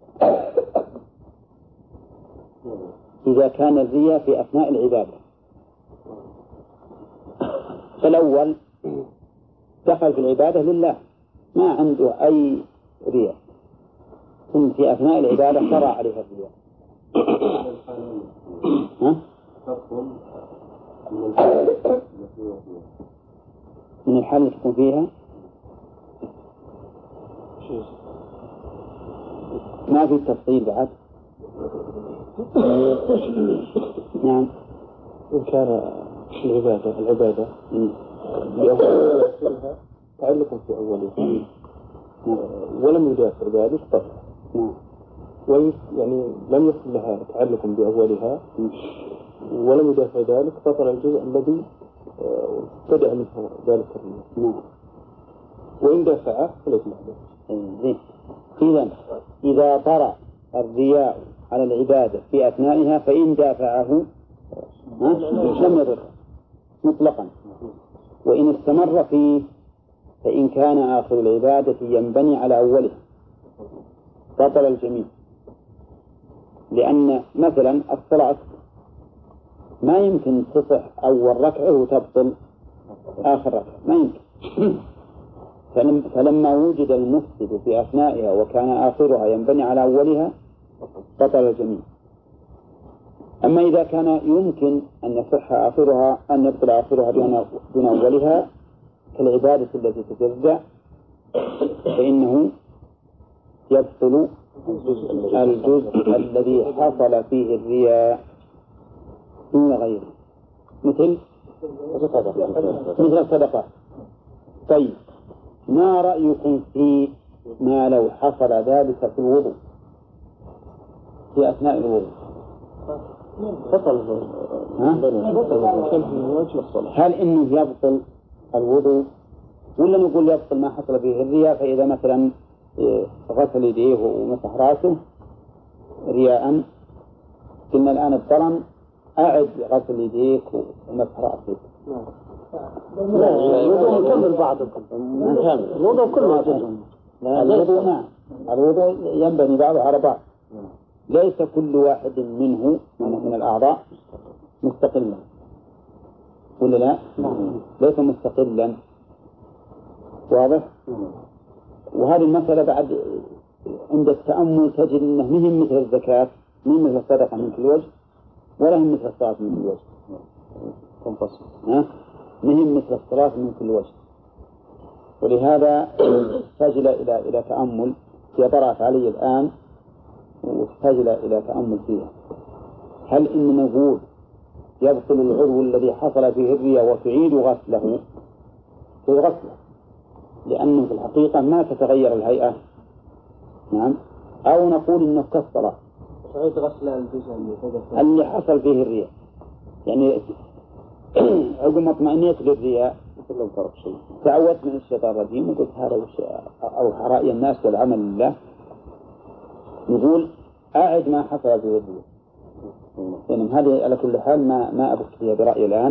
إذا كان الرياء في أثناء العبادة. فالأول دخل في العبادة لله ما عنده أي رياء، ثم في أثناء العبادة شرع عليها الرياء. من الحال اللي تكون فيها ما في تفصيل بعد. نعم. إن كان العبادة بأولها تعلق في أولها ولم يدافع ذلك طبعا، يعني لم يكن لها تعلق بأولها ولم يدافع ذلك بطل الجزء الذي ابتدأ منه ذلك الرياء. وإن دافعه فليس معه. إذا طرأ الرياء على العبادة في أثنائها فإن دافعه لم يضر مطلقا، وإن استمر فيه فإن كان آخر العبادة ينبني على أوله بطل الجميع. لأن مثلا الصلاة ما يمكن تصح أول ركعة وتبطل آخر ركعة، ما يمكن. فلما وجد المفسد في أثنائها وكان آخرها ينبني على أولها بطل الجميع. أما إذا كان يمكن أن يصح آخرها أن يبطل آخرها دون أولها كالعبادة التي تتجزأ فإنه يبطل الجزء الذي حصل فيه الرياء دون غيره، مثل الصدقة. طيب ما رأيكم في ما لو حصل ذلك في الوضوء في أثناء الوضوء؟ هل إنه يبطل الوضوء ولا نقول يبطل ما حصل فيه الرياء؟ فإذا مثلا غسل يديه ومسح رأسه رياء قلنا الآن الضرن أعد غسل يديك ومسح رأسك. الوضوء كل بعضكم الوضوء كل بعضكم. الوضوء نعم، الوضوء ينبني بعضه على بعض، ليس كل واحد منه من الأعضاء مستقلا ولا لا؟ ليس مستقلا. واضح؟ وهذه المسألة بعد عند التأمل تجد أنه مهم مثل الزكاة، مهم مثل الصدقة من كل وجه، ولا هم مثل الصلاة من كل وجه. تنفصل مهم مثل الصلاة من كل وجه. ولهذا تحتاج إلى تأمل. هي طرأت علي الآن وتحتاج إلى تأمل فيها. هل إن نقول يبطل العضو الذي حصل فيه الرياء وتعيد غسله؟ غسله لأنه في الحقيقة ما تتغير الهيئة. نعم. أو نقول إنه كالصلاة اللي حصل فيه الرياء، يعني عقب ما اطمئنيت للرياء تعودت من الشيطان الرجيم وقلت هذا أو رأي الناس والعمل لله، نقول أعد ما حصل به الرياء. يعني هذه على كل حال ما أبقى فيها برأيي الآن.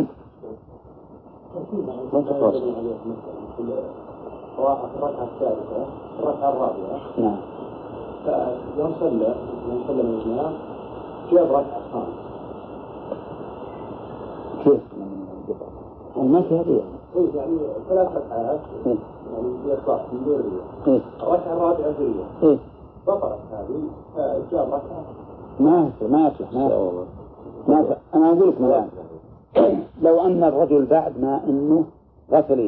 الركعة الثالثة الركعة الرابعة. نعم. يوم سلم من الإمام جاب ركعة خامسة. كيف؟ ما في هذه. يعني 3 ركعات. يعني في إصلاح من دون رياء. الركعة الرابعة في رياء. بطلت هذه جاب ركعة. ما يصلح. أنا أقول لكم الآن لو أن الرجل بعد ما إنه غسل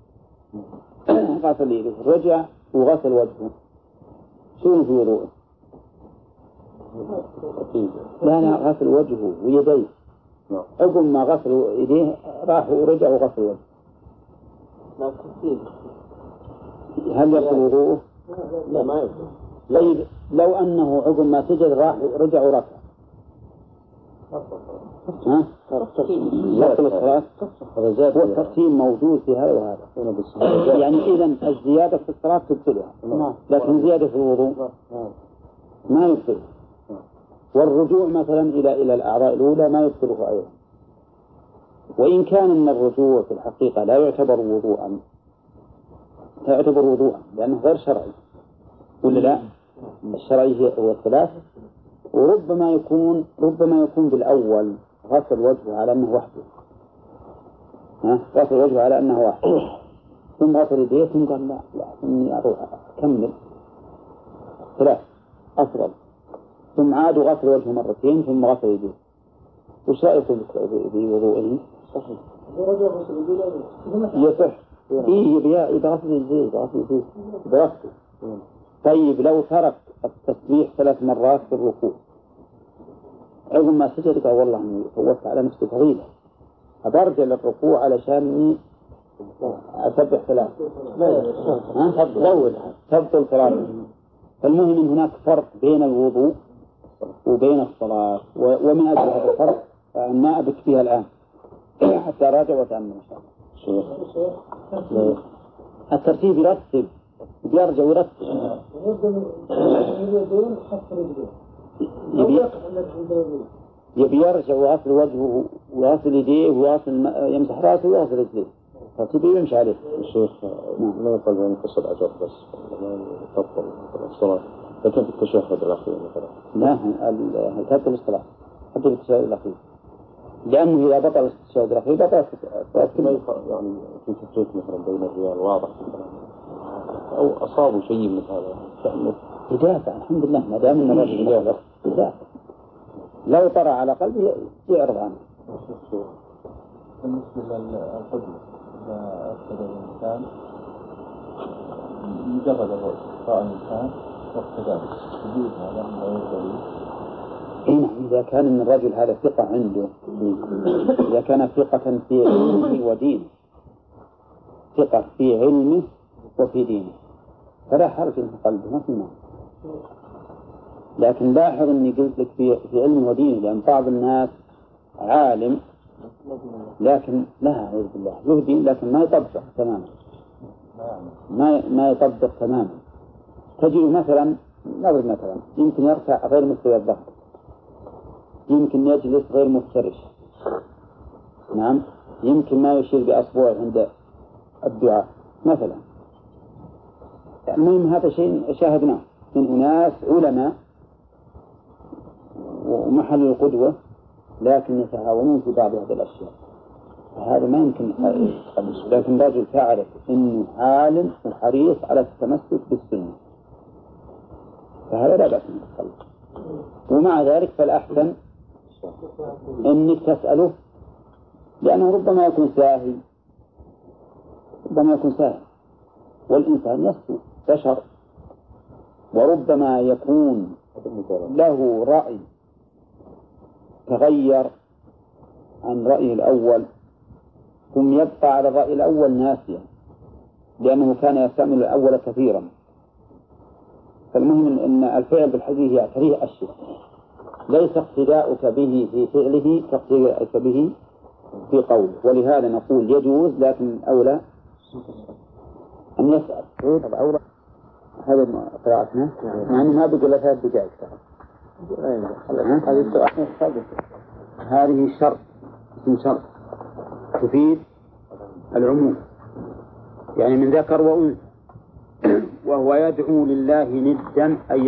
يده رجع وغسل وجهه شنو في وضوءه؟ لا غسل وجهه ويديه. عقب ما غسل يديه راح ورجع وغسل وجهه، هل يبطل وضوءه؟ لا ما يبطل. طيب لو أنه عقب ما سجد راح ورجع وركع يبطل الصلاة؟ والترتيب موجود في هذا وهذا. يعني إذن الزيادة في الصلاة تبطلها، لكن زيادة في الوضوء ما يبطلها. والرجوع مثلا إلى الأعضاء الأولى ما يبطلها أيضا، وإن كان من الرجوع في الحقيقة لا يعتبر وضوءا لأنه غير شرعي، ولا لا؟ الشرعي هو الثلاث، وربما يكون بالأول غسل وجهه على أنه وحده، غسل وجهه على أنه وحده، ثم غسل يديه ثم قال لا إني أروح أكمل 3 أفضل، ثم عاد غسل وجهه مرتين ثم غسل يديه. وش رأيكم بوضوءه؟ صحيح يصح. إذا غسل يديه برفته. طيب لو ترك التسبيح 3 مرات في الركوع عقب ما سجد قال والله اني فوتت على نفسي فضيلة أرجع للركوع علشان أسبح 3 تبطل 3. فالمهم ان هناك فرق بين الوضوء وبين الصلاة، ومن أجل هذا الفرق ما أبت فيها الآن حتى راجع وتأمل إن شاء الله. الترتيب يرتب بيرجع ويرتب يبي يرجع ويغسل وجهه ويغسل يديه ويغسل يمسح راسه ويغسل رجليه، ترتيب يمشي عليه. الشيخ ما يقال أن يقصر أجر بس ما تبطل الصلاة، لكن في التشهد الأخير مثلا لا تبطل الصلاة حتى في التشهد الأخير، لأنه إذا بطل التشهد الأخير بطل الصلاة. يعني في تفريق مثلا بين الرجال واضح أو أصابوا شيء من هذا يدافع. الحمد لله ما دام من الرجل يدافع، لو طرى على قلبه يعرض عنه. بالنسبة للقدوة إذا أرسل الإنسان مجرد رأى الإنسان واقتدى يجوز هذا من غير دليل. نعم إذا كان من الرجل هذا ثقة عنده، إذا كان ثقة في علمه ودينه، ثقة في علمه وفي دينه فلا حرج في قلبه ما في مانع. لكن لاحظ أني قلت لك في علم ودينه، لأن بعض الناس عالم لكن لا أعوذ بالله له دين لكن ما يطبق تماما، ما يطبق تماما. تجد مثلا نضرب مثلا يمكن يرفع غير مستوى الظهر، يمكن يجلس غير مفترش، نعم، يمكن ما يشير بأصبعه عند الدعاء مثلا. المهم هذا شيء شاهدناه من أناس علماء ومحل القدوة لكن يتهاونون في بعض هذه الأشياء، هذا ما يمكن يتقبل. لكن رجل تعرف إنه عالم وحريص على التمسك بالسنة فهذا لا بأس من التقلب. ومع ذلك فالأحسن إنك تسأله، لأنه ربما يكون ساهي والإنسان يسهو بشر، وربما يكون له رأي تغير عن رأيه الأول ثم يبقى على الرأي الأول ناسيا، لأنه كان يستعمل الأول كثيرا. فالمهم أن الفعل بالحديث يعتريه الشرك، ليس اقتداؤك به في فعله كاقتداءك به في قوله. ولهذا نقول يجوز، لكن أولى أن يسأل. أولى هذا قراءتنا، يعني ما بقي إلا 3 دقائق. هذه شرط، اسم شرط تفيد العموم، يعني من ذكر وأنثى. وهو يدعو لله ندا أن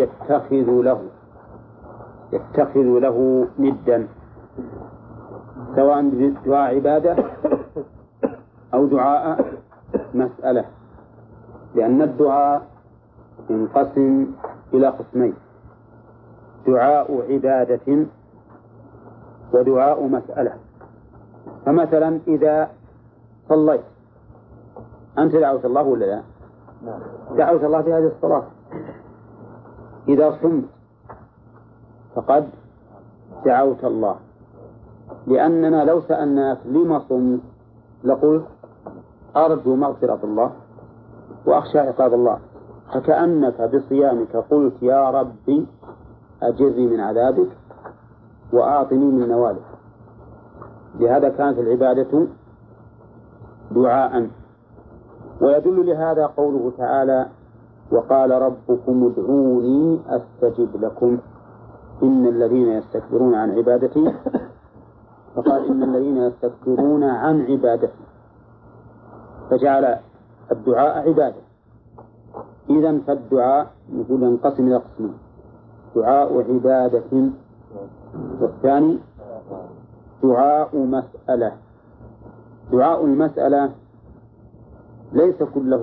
يتخذ له ندا، سواء دعاء عبادة أو دعاء مسألة، لأن الدعاء ينقسم إلى قسمين: دعاء عبادة ودعاء مسألة. فمثلا إذا صليت أنت دعوت الله ولا لا؟ دعوت الله في هذه الصلاة. إذا صمت فقد دعوت الله، لأننا لو سألناك لما صمت لقلت أرجو مغفرة الله وأخشى عقاب الله، فكأنك بصيامك قلت يا ربي أجرني من عذابك وأعطني من نوالك. لهذا كانت العبادة دعاء. ويدل لهذا قوله تعالى: وقال ربكم ادعوني أستجب لكم إن الذين يستكبرون عن عبادتي، فقال إن الذين يستكبرون عن عبادتي، فجعل الدعاء عبادة. إذن فالدعاء نقول ينقسم إلى قسمين: دعاء عبادة، والثاني دعاء مسألة. دعاء المسألة ليس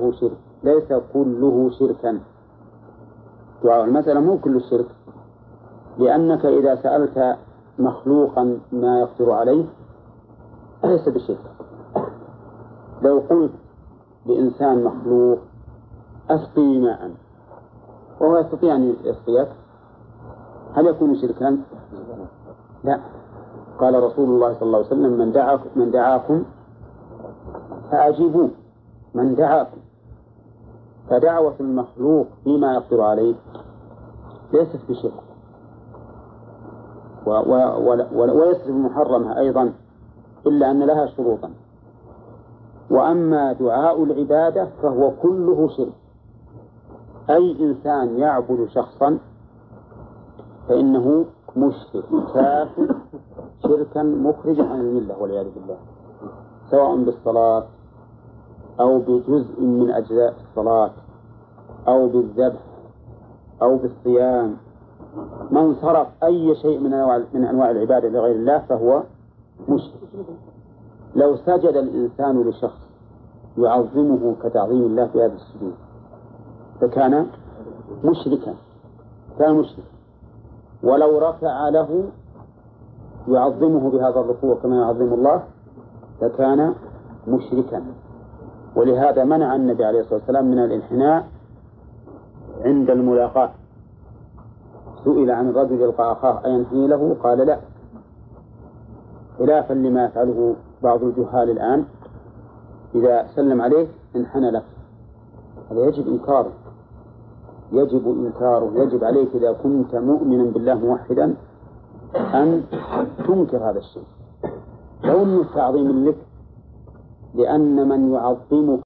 كله شركا. دعاء المسألة مو كل الشرك، لأنك إذا سألت مخلوقا ما يقدر عليه ليس بشرك. لو قلت لإنسان مخلوق أسقي ماء وهو يستطيع أن يسقيك، هل يكون شركا؟ لا. قال رسول الله صلى الله عليه وسلم: من دعاكم فأجيبوه. من دعاكم. فدعوة المخلوق فيما يقدر عليه ليست بشرك، وليست بمحرمة أيضا، إلا أن لها شروطا. وأما دعاء العبادة فهو كله شرك. أي إنسان يعبد شخصا فإنه مشرك كافر شركا مخرجا عن الملة والعياذ بالله، سواء بالصلاة أو بجزء من أجزاء الصلاة أو بالذبح أو بالصيام. من صرف أي شيء من أنواع العبادة لغير الله فهو مشرك. لو سجد الإنسان لشخص يعظمه كتعظيم الله في هذا السجود فكان مشركا، ولو ركع له يعظمه بهذا الركوع كما يعظم الله فكان مشركا. ولهذا منع النبي عليه الصلاة والسلام من الانحناء عند الملاقاة. سئل عن الرجل يلقى أخاه أينحني له؟ قال لا، خلافا لما يفعله بعض الجهال الآن، إذا سلم عليه انحنى لك. هذا يجب إنكاره، يجب عليك إذا كنت مؤمنا بالله موحدا أن تنكر هذا الشيء، لو أنه تعظيم لك، لأن من يعظمك